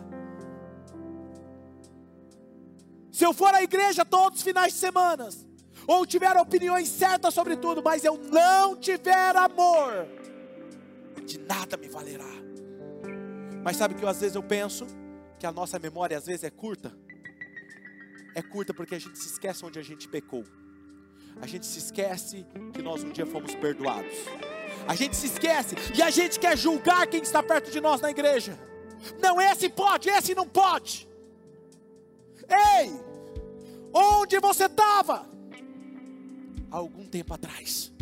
Se eu for à igreja todos os finais de semana, ou tiver opiniões certas sobre tudo, mas eu não tiver amor, de nada me valerá. Mas sabe que às vezes eu penso que a nossa memória às vezes é curta? É curta porque a gente se esquece onde a gente pecou. A gente se esquece que nós um dia fomos perdoados. A gente se esquece e a gente quer julgar quem está perto de nós na igreja. Não, esse pode, esse não pode. Ei, onde você estava há algum tempo atrás?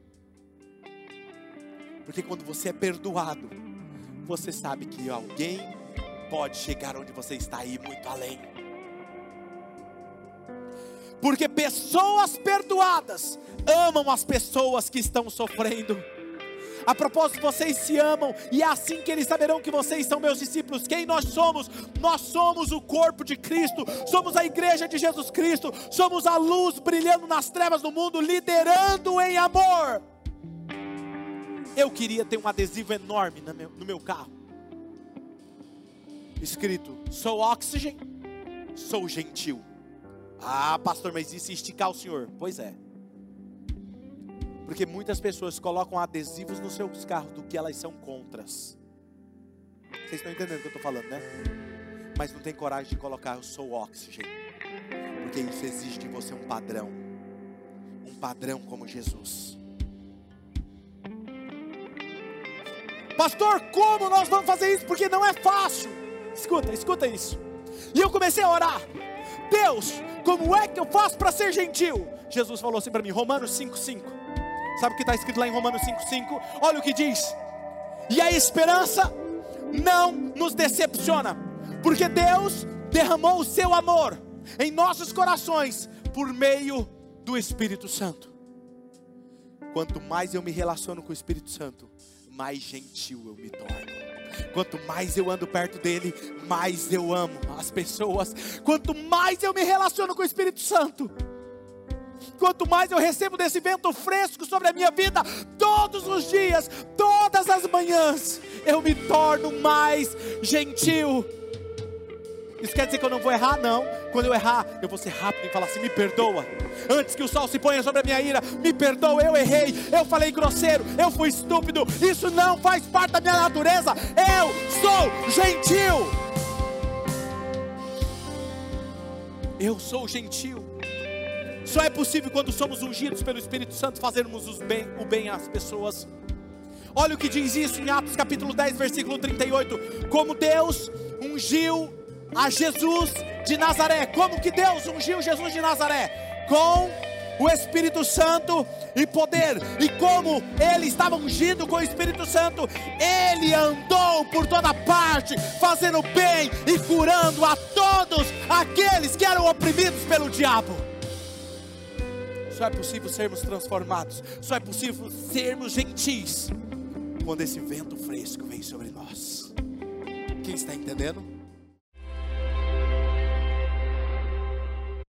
Porque quando você é perdoado, você sabe que alguém pode chegar onde você está e ir muito além. Porque pessoas perdoadas amam as pessoas que estão sofrendo. A propósito, vocês se amam, e é assim que eles saberão que vocês são meus discípulos. Quem nós somos? Nós somos o corpo de Cristo, somos a igreja de Jesus Cristo, somos a luz brilhando nas trevas do mundo, liderando em amor. Eu queria ter um adesivo enorme no meu carro, escrito: sou oxigênio, sou gentil. Ah, pastor, mas e se esticar o senhor? Pois é. Porque muitas pessoas colocam adesivos nos seus carros do que elas são contras. Vocês estão entendendo o que eu estou falando, né? Mas não tem coragem de colocar: eu sou oxigênio. Porque isso exige de você um padrão. Um padrão como Jesus. Pastor, como nós vamos fazer isso? Porque não é fácil. Escuta isso. E eu comecei a orar: Deus, como é que eu faço para ser gentil? Jesus falou assim para mim, Romanos 5:5. Sabe o que está escrito lá em Romanos 5:5? Olha o que diz: e a esperança não nos decepciona, porque Deus derramou o seu amor em nossos corações por meio do Espírito Santo. Quanto mais eu me relaciono com o Espírito Santo, mais gentil eu me torno. Quanto mais eu ando perto dele, mais eu amo as pessoas. Quanto mais eu me relaciono com o Espírito Santo, quanto mais eu recebo desse vento fresco sobre a minha vida, todos os dias, todas as manhãs, eu me torno mais gentil. Isso quer dizer que eu não vou errar? Não. Quando eu errar, eu vou ser rápido e falar assim: me perdoa. Antes que o sol se ponha sobre a minha ira, me perdoa, eu errei, eu falei grosseiro, eu fui estúpido, isso não faz parte da minha natureza, eu sou gentil. Eu sou gentil. Só é possível quando somos ungidos pelo Espírito Santo fazermos o bem às pessoas. Olha o que diz isso em Atos capítulo 10, versículo 38. Como Deus ungiu a Jesus de Nazaré. Como que Deus ungiu Jesus de Nazaré? Com o Espírito Santo e poder. E como ele estava ungido com o Espírito Santo, ele andou por toda parte, fazendo bem e curando a todos aqueles que eram oprimidos pelo diabo. Só é possível sermos transformados, só é possível sermos gentis quando esse vento fresco vem sobre nós. Quem está entendendo?